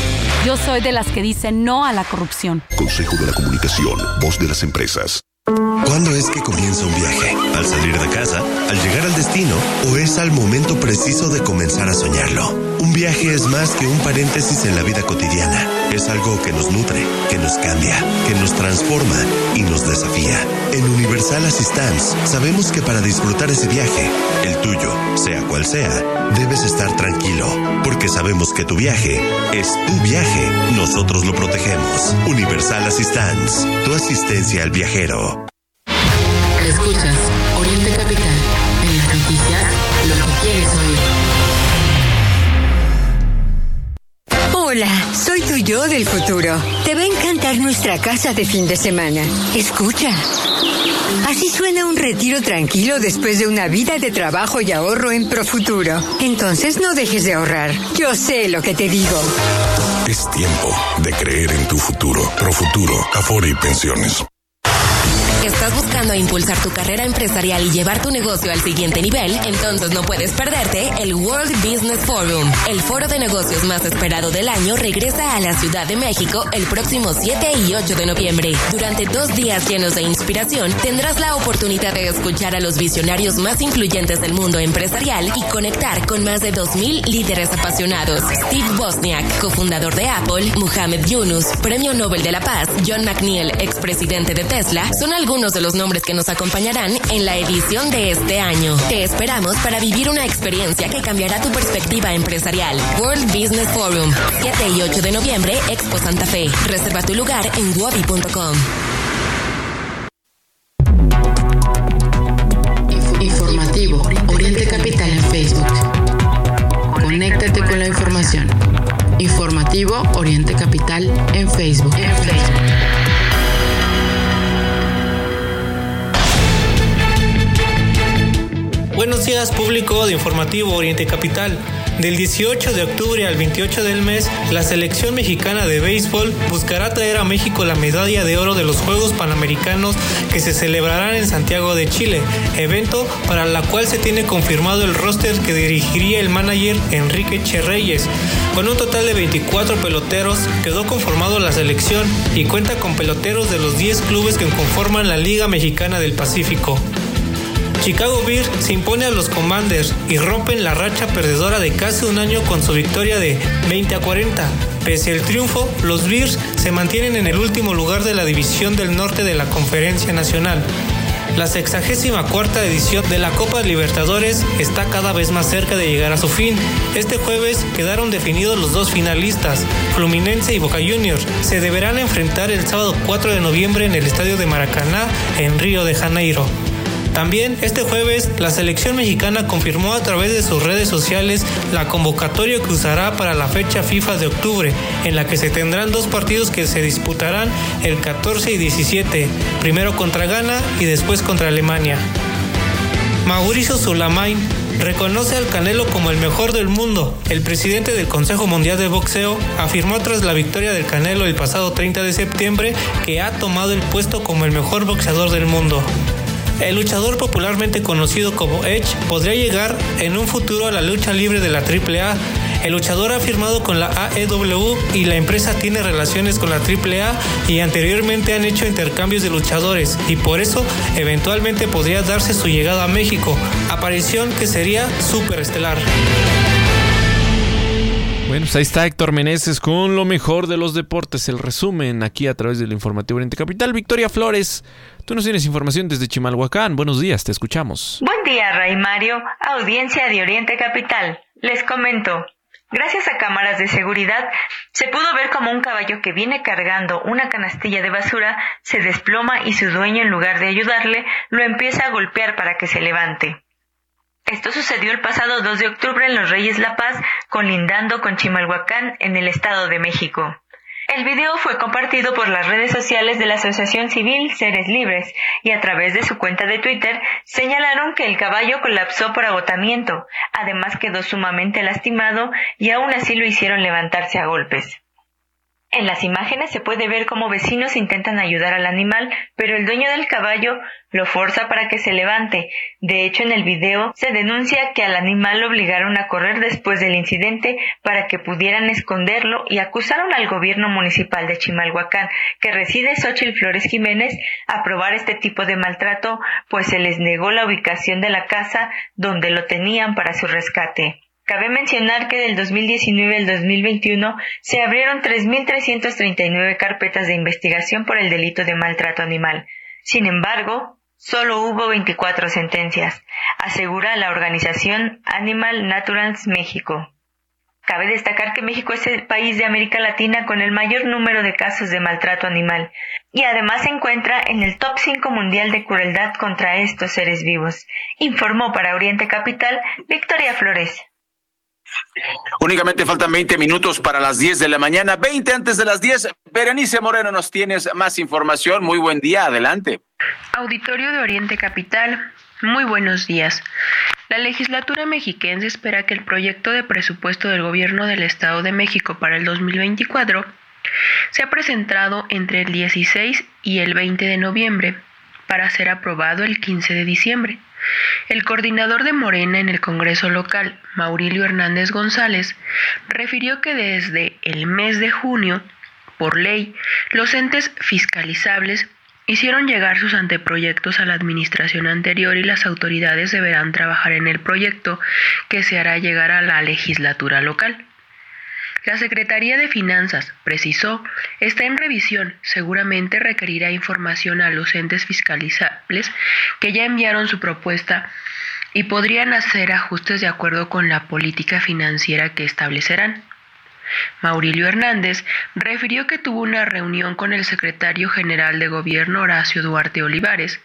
Yo soy de las que dicen no a la corrupción. Consejo de la Comunicación, voz de las empresas. ¿Cuándo es que comienza un viaje? ¿Al salir de casa? ¿Al llegar al destino? ¿O es al momento preciso de comenzar a soñarlo? Un viaje es más que un paréntesis en la vida cotidiana. Es algo que nos nutre, que nos cambia, que nos transforma y nos desafía. En Universal Assistance sabemos que para disfrutar ese viaje, el tuyo, sea cual sea, debes estar tranquilo, porque sabemos que tu viaje es tu viaje. Nosotros lo protegemos. Universal Assistance, tu asistencia al viajero. Escuchas Oriente Capital. En las noticias, lo que quieres oír. Hola, soy tu yo del futuro. Te va a encantar nuestra casa de fin de semana. Escucha. Así suena un retiro tranquilo después de una vida de trabajo y ahorro en Profuturo. Entonces no dejes de ahorrar. Yo sé lo que te digo. Es tiempo de creer en tu futuro. Profuturo, Afore y Pensiones. ¿Estás buscando impulsar tu carrera empresarial y llevar tu negocio al siguiente nivel? Entonces no puedes perderte el World Business Forum. El foro de negocios más esperado del año regresa a la Ciudad de México el próximo siete y ocho de noviembre. Durante dos días llenos de inspiración, tendrás la oportunidad de escuchar a los visionarios más influyentes del mundo empresarial y conectar con más de dos mil líderes apasionados. Steve Wozniak, cofundador de Apple, Muhammad Yunus, Premio Nobel de la Paz, John McNeil, expresidente de Tesla, son algunos de los nombres que nos acompañarán en la edición de este año. Te esperamos para vivir una experiencia que cambiará tu perspectiva empresarial. World Business Forum, siete y ocho de noviembre, Expo Santa Fe. Reserva tu lugar en wobi punto com. Informativo Oriente Capital en Facebook. Conéctate con la información. Informativo Oriente Capital en Facebook. En Facebook. Buenos días, público de Informativo Oriente Capital. Del dieciocho de octubre al veintiocho del mes, la selección mexicana de béisbol buscará traer a México la medalla de oro de los Juegos Panamericanos que se celebrarán en Santiago de Chile, evento para la cual se tiene confirmado el roster que dirigiría el manager Enrique Che Reyes. Con un total de veinticuatro peloteros, quedó conformado la selección y cuenta con peloteros de los diez clubes que conforman la Liga Mexicana del Pacífico. Chicago Bears se impone a los Commanders y rompen la racha perdedora de casi un año con su victoria de veinte a cuarenta. Pese al triunfo, los Bears se mantienen en el último lugar de la División del Norte de la Conferencia Nacional. La sexagésima cuarta edición de la Copa Libertadores está cada vez más cerca de llegar a su fin. Este jueves quedaron definidos los dos finalistas, Fluminense y Boca Juniors. Se deberán enfrentar el sábado cuatro de noviembre en el Estadio de Maracaná, en Río de Janeiro. También este jueves la selección mexicana confirmó a través de sus redes sociales la convocatoria que usará para la fecha FIFA de octubre, en la que se tendrán dos partidos que se disputarán el catorce y diecisiete, primero contra Ghana y después contra Alemania. Mauricio Sulaiman reconoce al Canelo como el mejor del mundo. El presidente del Consejo Mundial de Boxeo afirmó tras la victoria del Canelo el pasado treinta de septiembre que ha tomado el puesto como el mejor boxeador del mundo. El luchador popularmente conocido como Edge podría llegar en un futuro a la lucha libre de la triple A. El luchador ha firmado con la A E W y la empresa tiene relaciones con la triple A y anteriormente han hecho intercambios de luchadores y por eso eventualmente podría darse su llegada a México, aparición que sería superestelar. Bueno, pues ahí está Héctor Meneses con lo mejor de los deportes. El resumen aquí a través del Informativo Oriente Capital. Victoria Flores, tú nos tienes información desde Chimalhuacán. Buenos días, te escuchamos. Buen día, Ray Mario, audiencia de Oriente Capital. Les comento. Gracias a cámaras de seguridad, se pudo ver como un caballo que viene cargando una canastilla de basura se desploma y su dueño, en lugar de ayudarle, lo empieza a golpear para que se levante. Esto sucedió el pasado dos de octubre en Los Reyes La Paz, colindando con Chimalhuacán, en el Estado de México. El video fue compartido por las redes sociales de la Asociación Civil Seres Libres y a través de su cuenta de Twitter señalaron que el caballo colapsó por agotamiento, además quedó sumamente lastimado y aún así lo hicieron levantarse a golpes. En las imágenes se puede ver cómo vecinos intentan ayudar al animal, pero el dueño del caballo lo forza para que se levante. De hecho, en el video se denuncia que al animal lo obligaron a correr después del incidente para que pudieran esconderlo y acusaron al gobierno municipal de Chimalhuacán, que reside Xóchitl Flores Jiménez, a probar este tipo de maltrato, pues se les negó la ubicación de la casa donde lo tenían para su rescate. Cabe mencionar que del dos mil diecinueve al dos mil veintiuno se abrieron tres mil trescientas treinta y nueve carpetas de investigación por el delito de maltrato animal. Sin embargo, solo hubo veinticuatro sentencias, asegura la organización Animal Naturals México. Cabe destacar que México es el país de América Latina con el mayor número de casos de maltrato animal y además se encuentra en el top cinco mundial de crueldad contra estos seres vivos, informó para Oriente Capital Victoria Flores. Únicamente faltan veinte minutos para las diez de la mañana, veinte antes de las diez. Berenice Moreno, nos tienes más información. Muy buen día, adelante. Auditorio de Oriente Capital, muy buenos días. La legislatura mexiquense espera que el proyecto de presupuesto del Gobierno del Estado de México para el dos mil veinticuatro sea presentado entre el dieciséis y el veinte de noviembre para ser aprobado el quince de diciembre. El coordinador de Morena en el Congreso local, Maurilio Hernández González, refirió que desde el mes de junio, por ley, los entes fiscalizables hicieron llegar sus anteproyectos a la administración anterior y las autoridades deberán trabajar en el proyecto que se hará llegar a la legislatura local. La Secretaría de Finanzas, precisó, está en revisión, seguramente requerirá información a los entes fiscalizables que ya enviaron su propuesta y podrían hacer ajustes de acuerdo con la política financiera que establecerán. Maurilio Hernández refirió que tuvo una reunión con el secretario general de Gobierno Horacio Duarte Olivares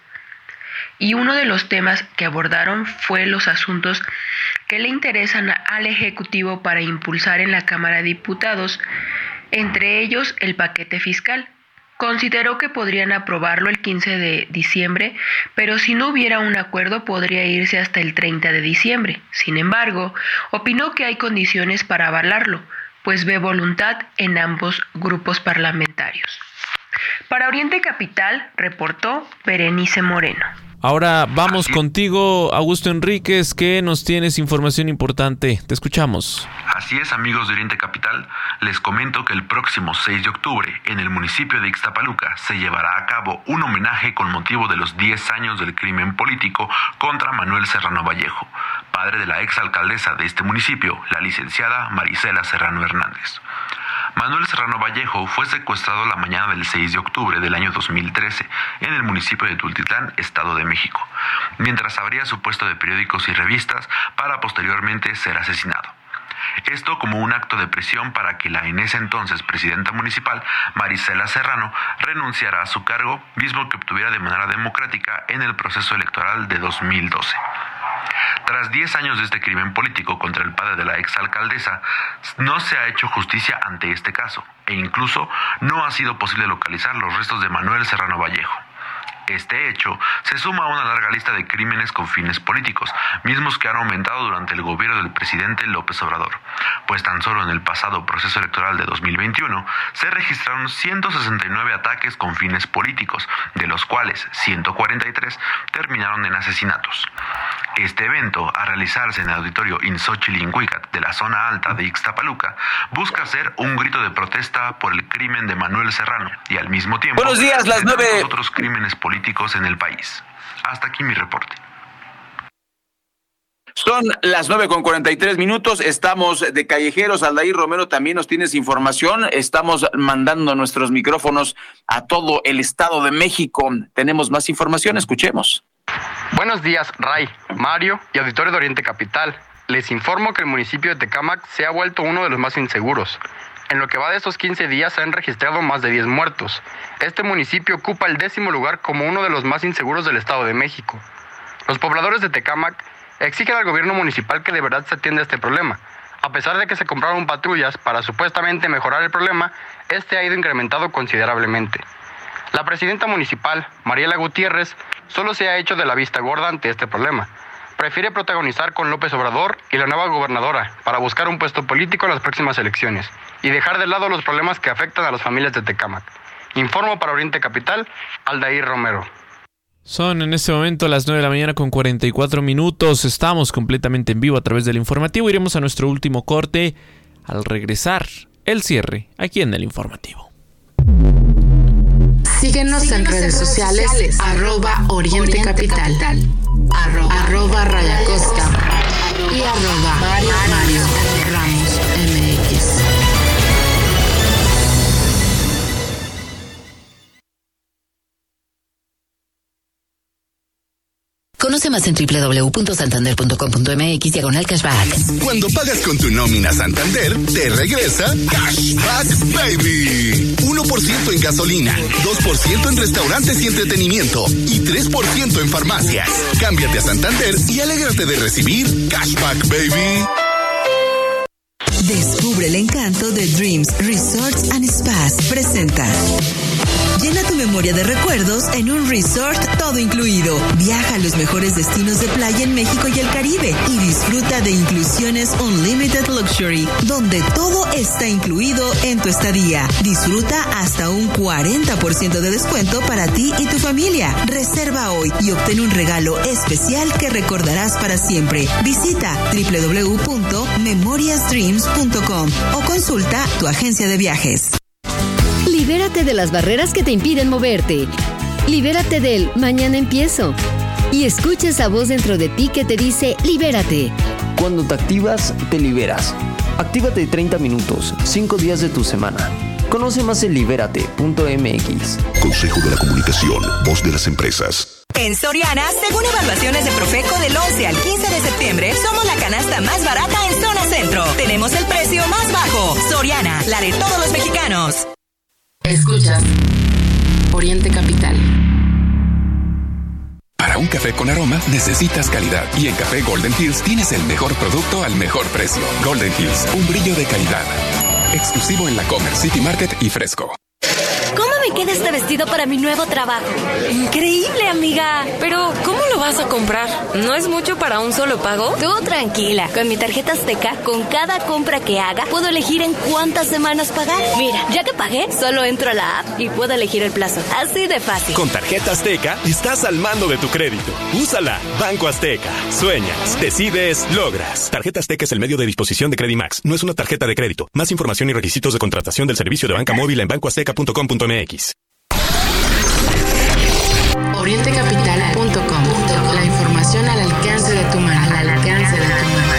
y uno de los temas que abordaron fue los asuntos que le interesan al Ejecutivo para impulsar en la Cámara de Diputados, entre ellos el paquete fiscal. Consideró que podrían aprobarlo el quince de diciembre, pero si no hubiera un acuerdo podría irse hasta el treinta de diciembre. Sin embargo, opinó que hay condiciones para avalarlo, pues ve voluntad en ambos grupos parlamentarios. Para Oriente Capital, reportó Berenice Moreno. Ahora vamos contigo, Augusto Enríquez, que nos tienes información importante. Te escuchamos. Así es, amigos de Oriente Capital, les comento que el próximo seis de octubre, en el municipio de Ixtapaluca, se llevará a cabo un homenaje con motivo de los diez años del crimen político contra Manuel Serrano Vallejo, padre de la exalcaldesa de este municipio, la licenciada Marisela Serrano Hernández. Manuel Serrano Vallejo fue secuestrado la mañana del seis de octubre del año dos mil trece en el municipio de Tultitlán, Estado de México, mientras abría su puesto de periódicos y revistas para posteriormente ser asesinado. Esto como un acto de presión para que la en ese entonces presidenta municipal, Marisela Serrano, renunciara a su cargo, mismo que obtuviera de manera democrática en el proceso electoral de dos mil doce. Tras diez años de este crimen político contra el padre de la exalcaldesa, no se ha hecho justicia ante este caso, e incluso no ha sido posible localizar los restos de Manuel Serrano Vallejo. Este hecho se suma a una larga lista de crímenes con fines políticos, mismos que han aumentado durante el gobierno del presidente López Obrador, pues tan solo en el pasado proceso electoral de dos mil veintiuno se registraron ciento sesenta y nueve ataques con fines políticos, de los cuales ciento cuarenta y tres terminaron en asesinatos. Este evento, a realizarse en el auditorio Inxóchitl-Inhuicat de la zona alta de Ixtapaluca, busca ser un grito de protesta por el crimen de Manuel Serrano y al mismo tiempo Buenos días, las nueve. otros crímenes políticos en el país. Hasta aquí mi reporte. Son las nueve con cuarenta y tres minutos, estamos de callejeros. Aldair Romero, también nos tienes información. Estamos mandando nuestros micrófonos a todo el Estado de México. Tenemos más información, escuchemos. Buenos días, Ray, Mario y auditorio de Oriente Capital. Les informo que el municipio de Tecámac se ha vuelto uno de los más inseguros. En lo que va de estos quince días se han registrado más de diez muertos. Este municipio ocupa el décimo lugar como uno de los más inseguros del Estado de México. Los pobladores de Tecámac exigen al gobierno municipal que de verdad se atienda a este problema. A pesar de que se compraron patrullas para supuestamente mejorar el problema, este ha ido incrementado considerablemente. La presidenta municipal, Mariela Gutiérrez, solo se ha hecho de la vista gorda ante este problema, prefiere protagonizar con López Obrador y la nueva gobernadora para buscar un puesto político en las próximas elecciones y dejar de lado los problemas que afectan a las familias de Tecámac. Informo para Oriente Capital, Aldair Romero. Son en este momento las nueve de la mañana con cuarenta y cuatro minutos. Estamos completamente en vivo a través del informativo. Iremos a nuestro último corte. Al regresar, el cierre aquí en el informativo. Síguenos, Síguenos en redes sociales, sociales arroba Oriente, Oriente Capital, Capital arroba, arroba Raya Costa y arroba Mario, Mario Ramos M X. Conoce más en doble u doble u doble u punto santander punto com punto m x diagonal cashback. Cuando pagas con tu nómina Santander, te regresa Cashback Baby. uno por ciento en gasolina, dos por ciento en restaurantes y entretenimiento y tres por ciento en farmacias. Cámbiate a Santander y alégrate de recibir Cashback Baby. Descubre el encanto de Dreams Resorts and Spas. Presenta. Llena tu memoria de recuerdos en un resort todo incluido. Viaja a los mejores destinos de playa en México y el Caribe y disfruta de inclusiones Unlimited Luxury, donde todo está incluido en tu estadía. Disfruta hasta un cuarenta por ciento de descuento para ti y tu familia. Reserva hoy y obtén un regalo especial que recordarás para siempre. Visita doble u doble u doble u punto memorias dreams punto com o consulta tu agencia de viajes. Libérate de las barreras que te impiden moverte. Libérate del mañana empiezo. Y escucha esa voz dentro de ti que te dice libérate. Cuando te activas, te liberas. Actívate treinta minutos, cinco días de tu semana. Conoce más en libérate punto m x. Consejo de la Comunicación, voz de las empresas. En Soriana, según evaluaciones de Profeco del once al quince de septiembre, somos la canasta más barata en zona centro. Tenemos el precio más bajo. Soriana, la de todos los mexicanos. Escuchas Oriente Capital. Para un café con aroma necesitas calidad y en Café Golden Hills tienes el mejor producto al mejor precio. Golden Hills, un brillo de calidad. Exclusivo en la Comer, City Market y Fresco. ¿Cómo me queda este vestido para mi nuevo trabajo? Increíble, amiga. Pero, ¿cómo lo vas a comprar? ¿No es mucho para un solo pago? Tú tranquila. Con mi tarjeta Azteca, con cada compra que haga, puedo elegir en cuántas semanas pagar. Mira, ya que pagué, solo entro a la app y puedo elegir el plazo. Así de fácil. Con tarjeta Azteca, estás al mando de tu crédito. Úsala. Banco Azteca. Sueñas, decides, logras. Tarjeta Azteca es el medio de disposición de Credimax. No es una tarjeta de crédito. Más información y requisitos de contratación del servicio de banca móvil en banco azteca punto com punto m x. Oriente Capital punto com. La información al alcance de tu mano. Al alcance de tu mano.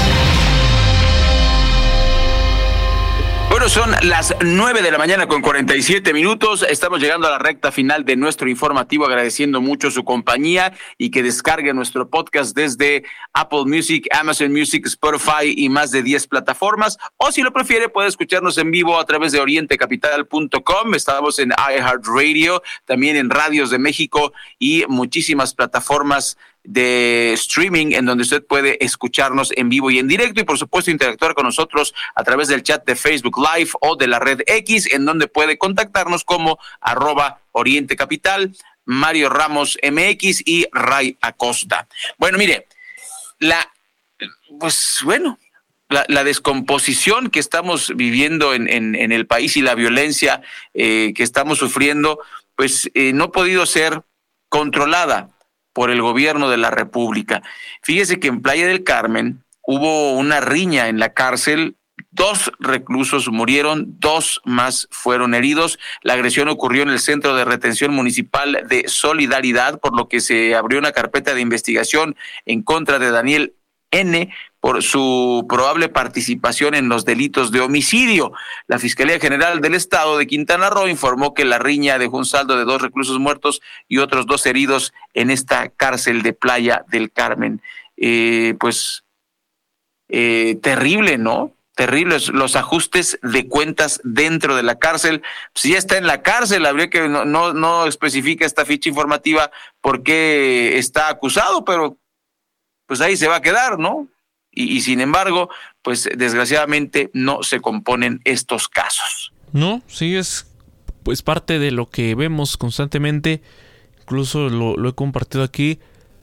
Bueno, son las nueve de la mañana con cuarenta y siete minutos. Estamos llegando a la recta final de nuestro informativo, agradeciendo mucho su compañía y que descargue nuestro podcast desde Apple Music, Amazon Music, Spotify y más de diez plataformas. O si lo prefiere, puede escucharnos en vivo a través de oriente capital punto com. Estamos en iHeartRadio, también en Radios de México y muchísimas plataformas de streaming en donde usted puede escucharnos en vivo y en directo y por supuesto interactuar con nosotros a través del chat de Facebook Live o de la red X, en donde puede contactarnos como arroba Oriente Capital, Mario Ramos M X y Ray Acosta. Bueno, mire, la pues bueno, la, la descomposición que estamos viviendo en, en, en el país y la violencia eh, que estamos sufriendo, pues eh, no ha podido ser controlada por el gobierno de la República. Fíjese que en Playa del Carmen hubo una riña en la cárcel, dos reclusos murieron, dos más fueron heridos. La agresión ocurrió en el Centro de Retención Municipal de Solidaridad, por lo que se abrió una carpeta de investigación en contra de Daniel N. por su probable participación en los delitos de homicidio. La Fiscalía General del Estado de Quintana Roo informó que la riña dejó un saldo de dos reclusos muertos y otros dos heridos en esta cárcel de Playa del Carmen. Eh, pues eh, terrible, ¿no? Terribles los ajustes de cuentas dentro de la cárcel. Si ya está en la cárcel, habría que no, no, no especifica esta ficha informativa por qué está acusado, pero pues ahí se va a quedar, ¿no? Y, y sin embargo, pues desgraciadamente no se componen estos casos. No, sí es pues parte de lo que vemos constantemente, incluso lo, lo he compartido aquí,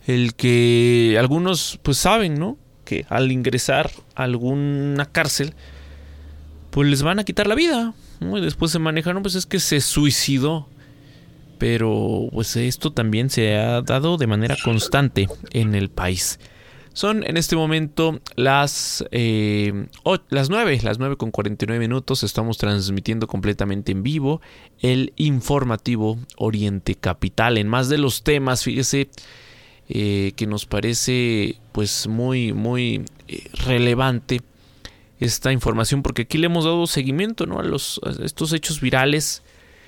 el que algunos pues saben, ¿no? Que al ingresar a alguna cárcel, pues les van a quitar la vida, ¿no? Y después se manejan, no, pues es que se suicidó. Pero pues esto también se ha dado de manera constante en el país. Son en este momento las, eh, oh, las nueve, las nueve con cuarenta y nueve minutos. Estamos transmitiendo completamente en vivo el informativo Oriente Capital. En más de los temas, fíjese eh, que nos parece pues muy, muy eh, relevante esta información, porque aquí le hemos dado seguimiento, ¿no? a, los, a estos hechos virales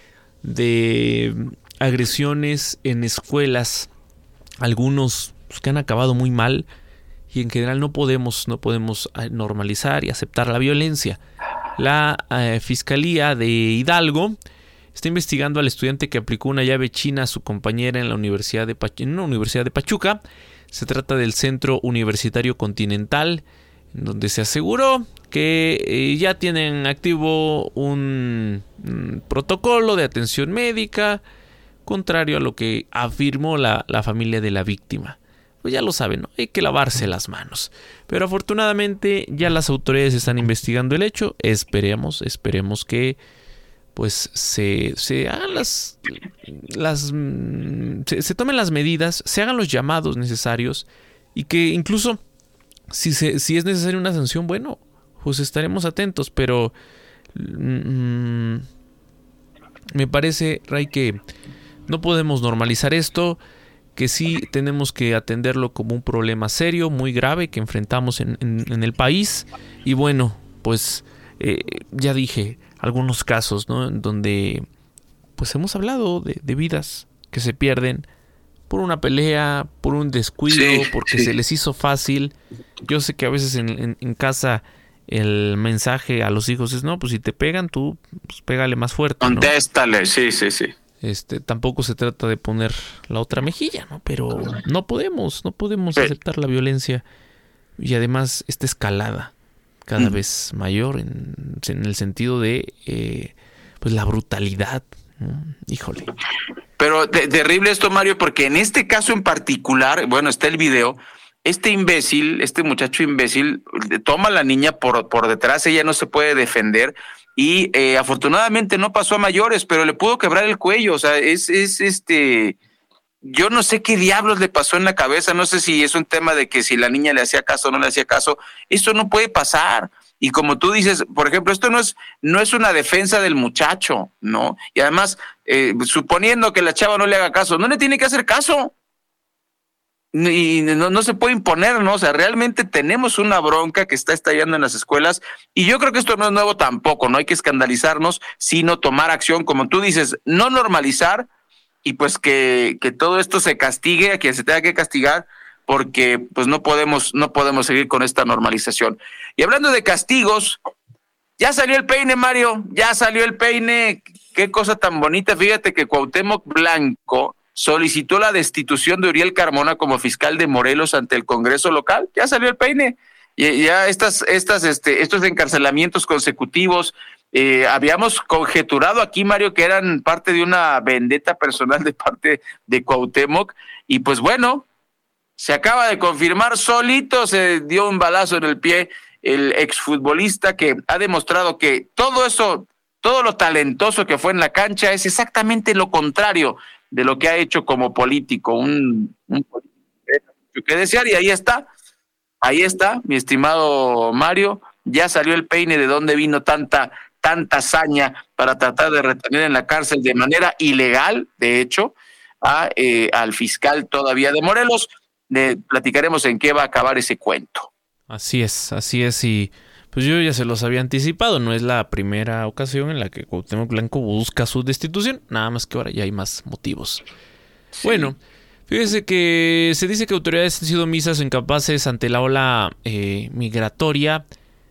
de agresiones en escuelas, algunos pues, que han acabado muy mal. Y en general no podemos, no podemos normalizar y aceptar la violencia. La eh, Fiscalía de Hidalgo está investigando al estudiante que aplicó una llave china a su compañera en la Universidad de, Pach- en una universidad de Pachuca. Se trata del Centro Universitario Continental, en donde se aseguró que eh, ya tienen activo un, un protocolo de atención médica, contrario a lo que afirmó la, la familia de la víctima. Pues ya lo saben, ¿no? Hay que lavarse las manos. Pero afortunadamente ya las autoridades están investigando el hecho. Esperemos, esperemos que pues se, se hagan las, las se, se tomen las medidas, se hagan los llamados necesarios y que incluso si, se, si es necesaria una sanción, bueno, pues estaremos atentos. Pero mmm, me parece, Ray, que no podemos normalizar esto, que sí tenemos que atenderlo como un problema serio, muy grave que enfrentamos en, en, en el país. Y bueno, pues eh, ya dije algunos casos, ¿no? En donde pues hemos hablado de, de vidas que se pierden por una pelea, por un descuido, sí, porque sí. se les hizo fácil. Yo sé que a veces en, en, en casa el mensaje a los hijos es, no, pues si te pegan tú, pues pégale más fuerte, ¿no? Contéstale, sí, sí, sí. Este, tampoco se trata de poner la otra mejilla, ¿no? Pero no podemos, no podemos sí. aceptar la violencia y además esta escalada cada mm. vez mayor en, en el sentido de eh, pues la brutalidad, ¿no? Híjole. Pero de, terrible esto, Mario, porque en este caso en particular, bueno, está el video, este imbécil, este muchacho imbécil toma a la niña por, por detrás, ella no se puede defender. Y eh, afortunadamente no pasó a mayores, pero le pudo quebrar el cuello. O sea, es, es este. Yo no sé qué diablos le pasó en la cabeza. No sé si es un tema de que si la niña le hacía caso o no le hacía caso. Esto no puede pasar. Y como tú dices, por ejemplo, esto no es, no es una defensa del muchacho, ¿no? Y además, eh, suponiendo que la chava no le haga caso, no le tiene que hacer caso. Y no, no se puede imponer, ¿no? O sea, realmente tenemos una bronca que está estallando en las escuelas y yo creo que esto no es nuevo tampoco, no hay que escandalizarnos, sino tomar acción, como tú dices, no normalizar y pues que, que todo esto se castigue a quien se tenga que castigar, porque pues no podemos, no podemos seguir con esta normalización. Y hablando de castigos, ya salió el peine, Mario, ya salió el peine, qué cosa tan bonita. Fíjate que Cuauhtémoc Blanco solicitó la destitución de Uriel Carmona como fiscal de Morelos ante el Congreso local. Ya salió el peine. Y ya estas, estas, este, estos encarcelamientos consecutivos, eh, habíamos conjeturado aquí, Mario, que eran parte de una vendetta personal de parte de Cuauhtémoc. Y pues bueno, se acaba de confirmar, solito se dio un balazo en el pie el exfutbolista que ha demostrado que todo eso, todo lo talentoso que fue en la cancha es exactamente lo contrario de lo que ha hecho como político, un, un político que desear, y ahí está, ahí está, mi estimado Mario, ya salió el peine de dónde vino tanta, tanta hazaña para tratar de retener en la cárcel de manera ilegal, de hecho, a, eh, al fiscal todavía de Morelos. Le platicaremos en qué va a acabar ese cuento. Así es, así es, y pues yo ya se los había anticipado, no es la primera ocasión en la que Cuauhtémoc Blanco busca su destitución, nada más que ahora ya hay más motivos. Sí. Bueno, fíjese que se dice que autoridades han sido omisas o incapaces ante la ola eh, migratoria,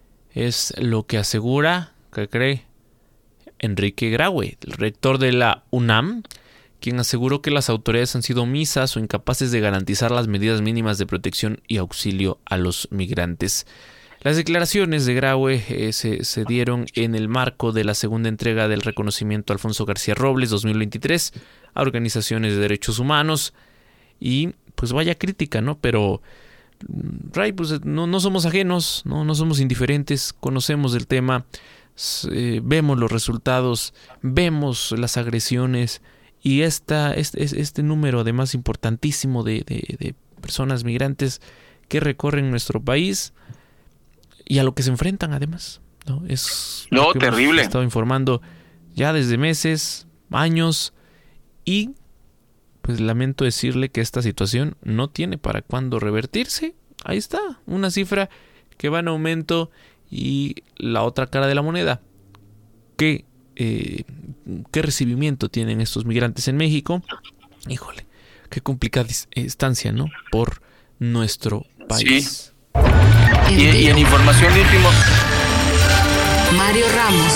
es lo que asegura, ¿qué cree? Enrique Graue, el rector de la UNAM, quien aseguró que las autoridades han sido omisas o incapaces de garantizar las medidas mínimas de protección y auxilio a los migrantes. Las declaraciones de Graue eh, se, se dieron en el marco de la segunda entrega del reconocimiento Alfonso García Robles dos mil veintitrés a organizaciones de derechos humanos y pues vaya crítica, ¿no? Pero, Ray, pues no, no somos ajenos, no, no somos indiferentes, conocemos el tema, eh, vemos los resultados, vemos las agresiones y esta, este, este número además importantísimo de, de, de personas migrantes que recorren nuestro país y a lo que se enfrentan además, ¿no? Es no, lo que terrible. Hemos estado informando ya desde meses, años, y pues lamento decirle que esta situación no tiene para cuándo revertirse. Ahí está, una cifra que va en aumento. Y la otra cara de la moneda, ¿qué, eh, qué recibimiento tienen estos migrantes en México? Híjole, qué complicada estancia, ¿no? Por nuestro país. Sí. Y, y en información de último, Mario Ramos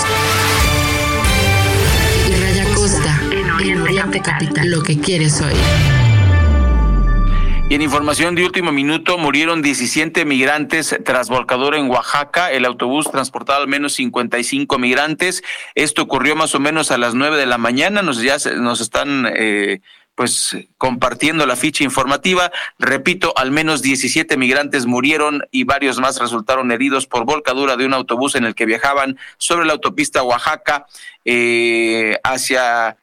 y Raya Costa en Oriente, Oriente Capital. Lo que quieres oír. Y en información de último minuto, murieron diecisiete migrantes tras volcadura en Oaxaca. El autobús transportaba al menos cincuenta y cinco migrantes. Esto ocurrió más o menos a las nueve de la mañana. Nos ya nos están eh, pues compartiendo la ficha informativa. Repito, al menos diecisiete migrantes murieron y varios más resultaron heridos por volcadura de un autobús en el que viajaban sobre la autopista Oaxaca eh, hacia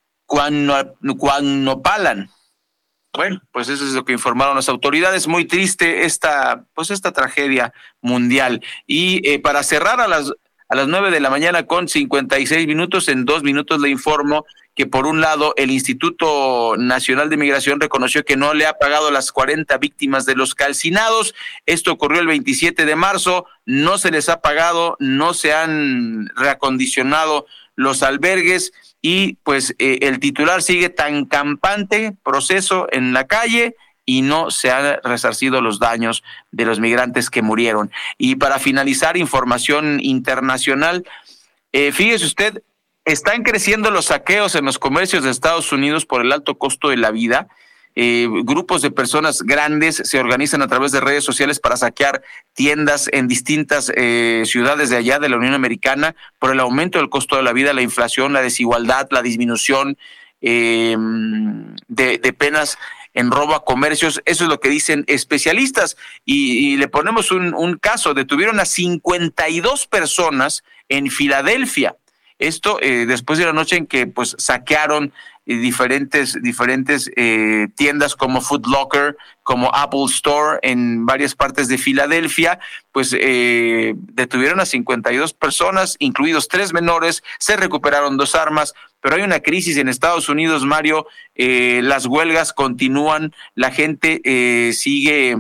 Cuanopalan. Bueno, pues eso es lo que informaron las autoridades. Muy triste esta, pues esta tragedia mundial. Y eh, para cerrar a las a las nueve de la mañana con cincuenta y seis minutos, en dos minutos le informo que por un lado el Instituto Nacional de Migración reconoció que no le ha pagado a las cuarenta víctimas de los calcinados. Esto ocurrió el veintisiete de marzo, no se les ha pagado, no se han reacondicionado los albergues. Y pues eh, el titular sigue tan campante proceso en la calle y no se han resarcido los daños de los migrantes que murieron. Y para finalizar, información internacional, eh, fíjese usted, están creciendo los saqueos en los comercios de Estados Unidos por el alto costo de la vida. Eh, grupos de personas grandes se organizan a través de redes sociales para saquear tiendas en distintas eh, ciudades de allá de la Unión Americana por el aumento del costo de la vida, la inflación, la desigualdad, la disminución eh, de, de penas en robo a comercios. Eso es lo que dicen especialistas. Y, y le ponemos un, un caso, detuvieron a cincuenta y dos personas en Filadelfia. Esto eh, después de la noche en que pues saquearon eh, diferentes diferentes eh, tiendas como Foot Locker, como Apple Store en varias partes de Filadelfia, pues eh, detuvieron a cincuenta y dos personas, incluidos tres menores, se recuperaron dos armas, pero hay una crisis en Estados Unidos, Mario, eh, las huelgas continúan, la gente eh, sigue...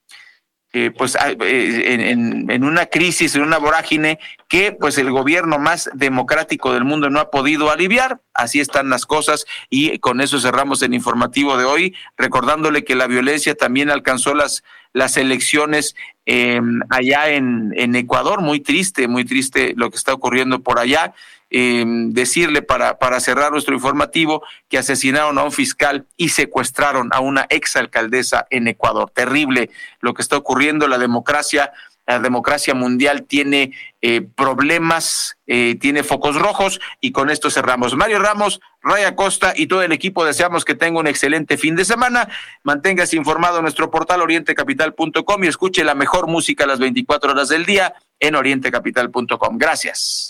Eh, pues eh, en, en, en una crisis, en una vorágine que pues el gobierno más democrático del mundo no ha podido aliviar. Así están las cosas y con eso cerramos el informativo de hoy, recordándole que la violencia también alcanzó las, las elecciones eh, allá en, en Ecuador. Muy triste, muy triste lo que está ocurriendo por allá. Eh, decirle para, para cerrar nuestro informativo que asesinaron a un fiscal y secuestraron a una exalcaldesa en Ecuador. Terrible lo que está ocurriendo. La democracia, la democracia mundial tiene eh, problemas, eh, tiene focos rojos y con esto cerramos. Mario Ramos, Raya Costa y todo el equipo deseamos que tenga un excelente fin de semana. Manténgase informado en nuestro portal oriente capital punto com y escuche la mejor música a las veinticuatro horas del día en oriente capital punto com. Gracias.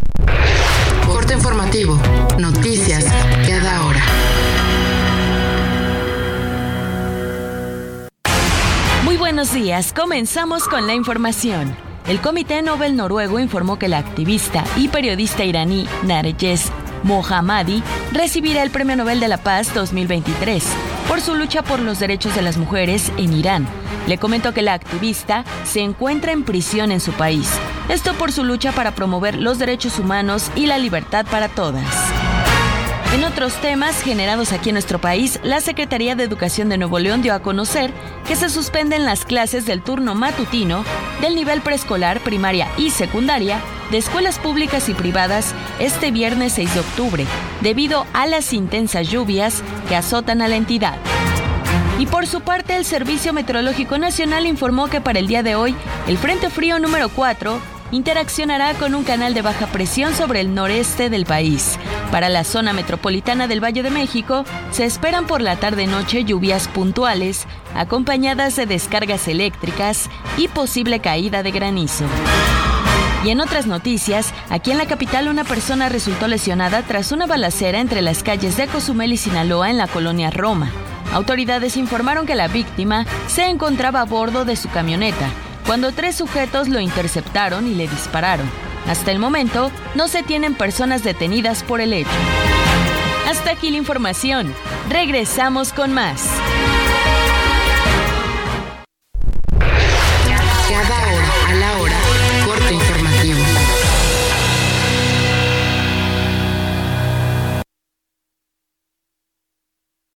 Corte informativo. Noticias cada hora. Muy buenos días. Comenzamos con la información. El Comité Nobel noruego informó que la activista y periodista iraní Narges Mohammadi recibirá el Premio Nobel de la Paz dos mil veintitrés por su lucha por los derechos de las mujeres en Irán. Le comentó que la activista se encuentra en prisión en su país. Esto por su lucha para promover los derechos humanos y la libertad para todas. En otros temas generados aquí en nuestro país, la Secretaría de Educación de Nuevo León dio a conocer que se suspenden las clases del turno matutino del nivel preescolar, primaria y secundaria de escuelas públicas y privadas este viernes seis de octubre, debido a las intensas lluvias que azotan a la entidad. Y por su parte, el Servicio Meteorológico Nacional informó que para el día de hoy, el Frente Frío número cuatro interaccionará con un canal de baja presión sobre el noreste del país. Para la zona metropolitana del Valle de México, se esperan por la tarde-noche lluvias puntuales, acompañadas de descargas eléctricas y posible caída de granizo. Y en otras noticias, aquí en la capital una persona resultó lesionada tras una balacera entre las calles de Cozumel y Sinaloa en la colonia Roma. Autoridades informaron que la víctima se encontraba a bordo de su camioneta, cuando tres sujetos lo interceptaron y le dispararon. Hasta el momento, no se tienen personas detenidas por el hecho. Hasta aquí la información. Regresamos con más.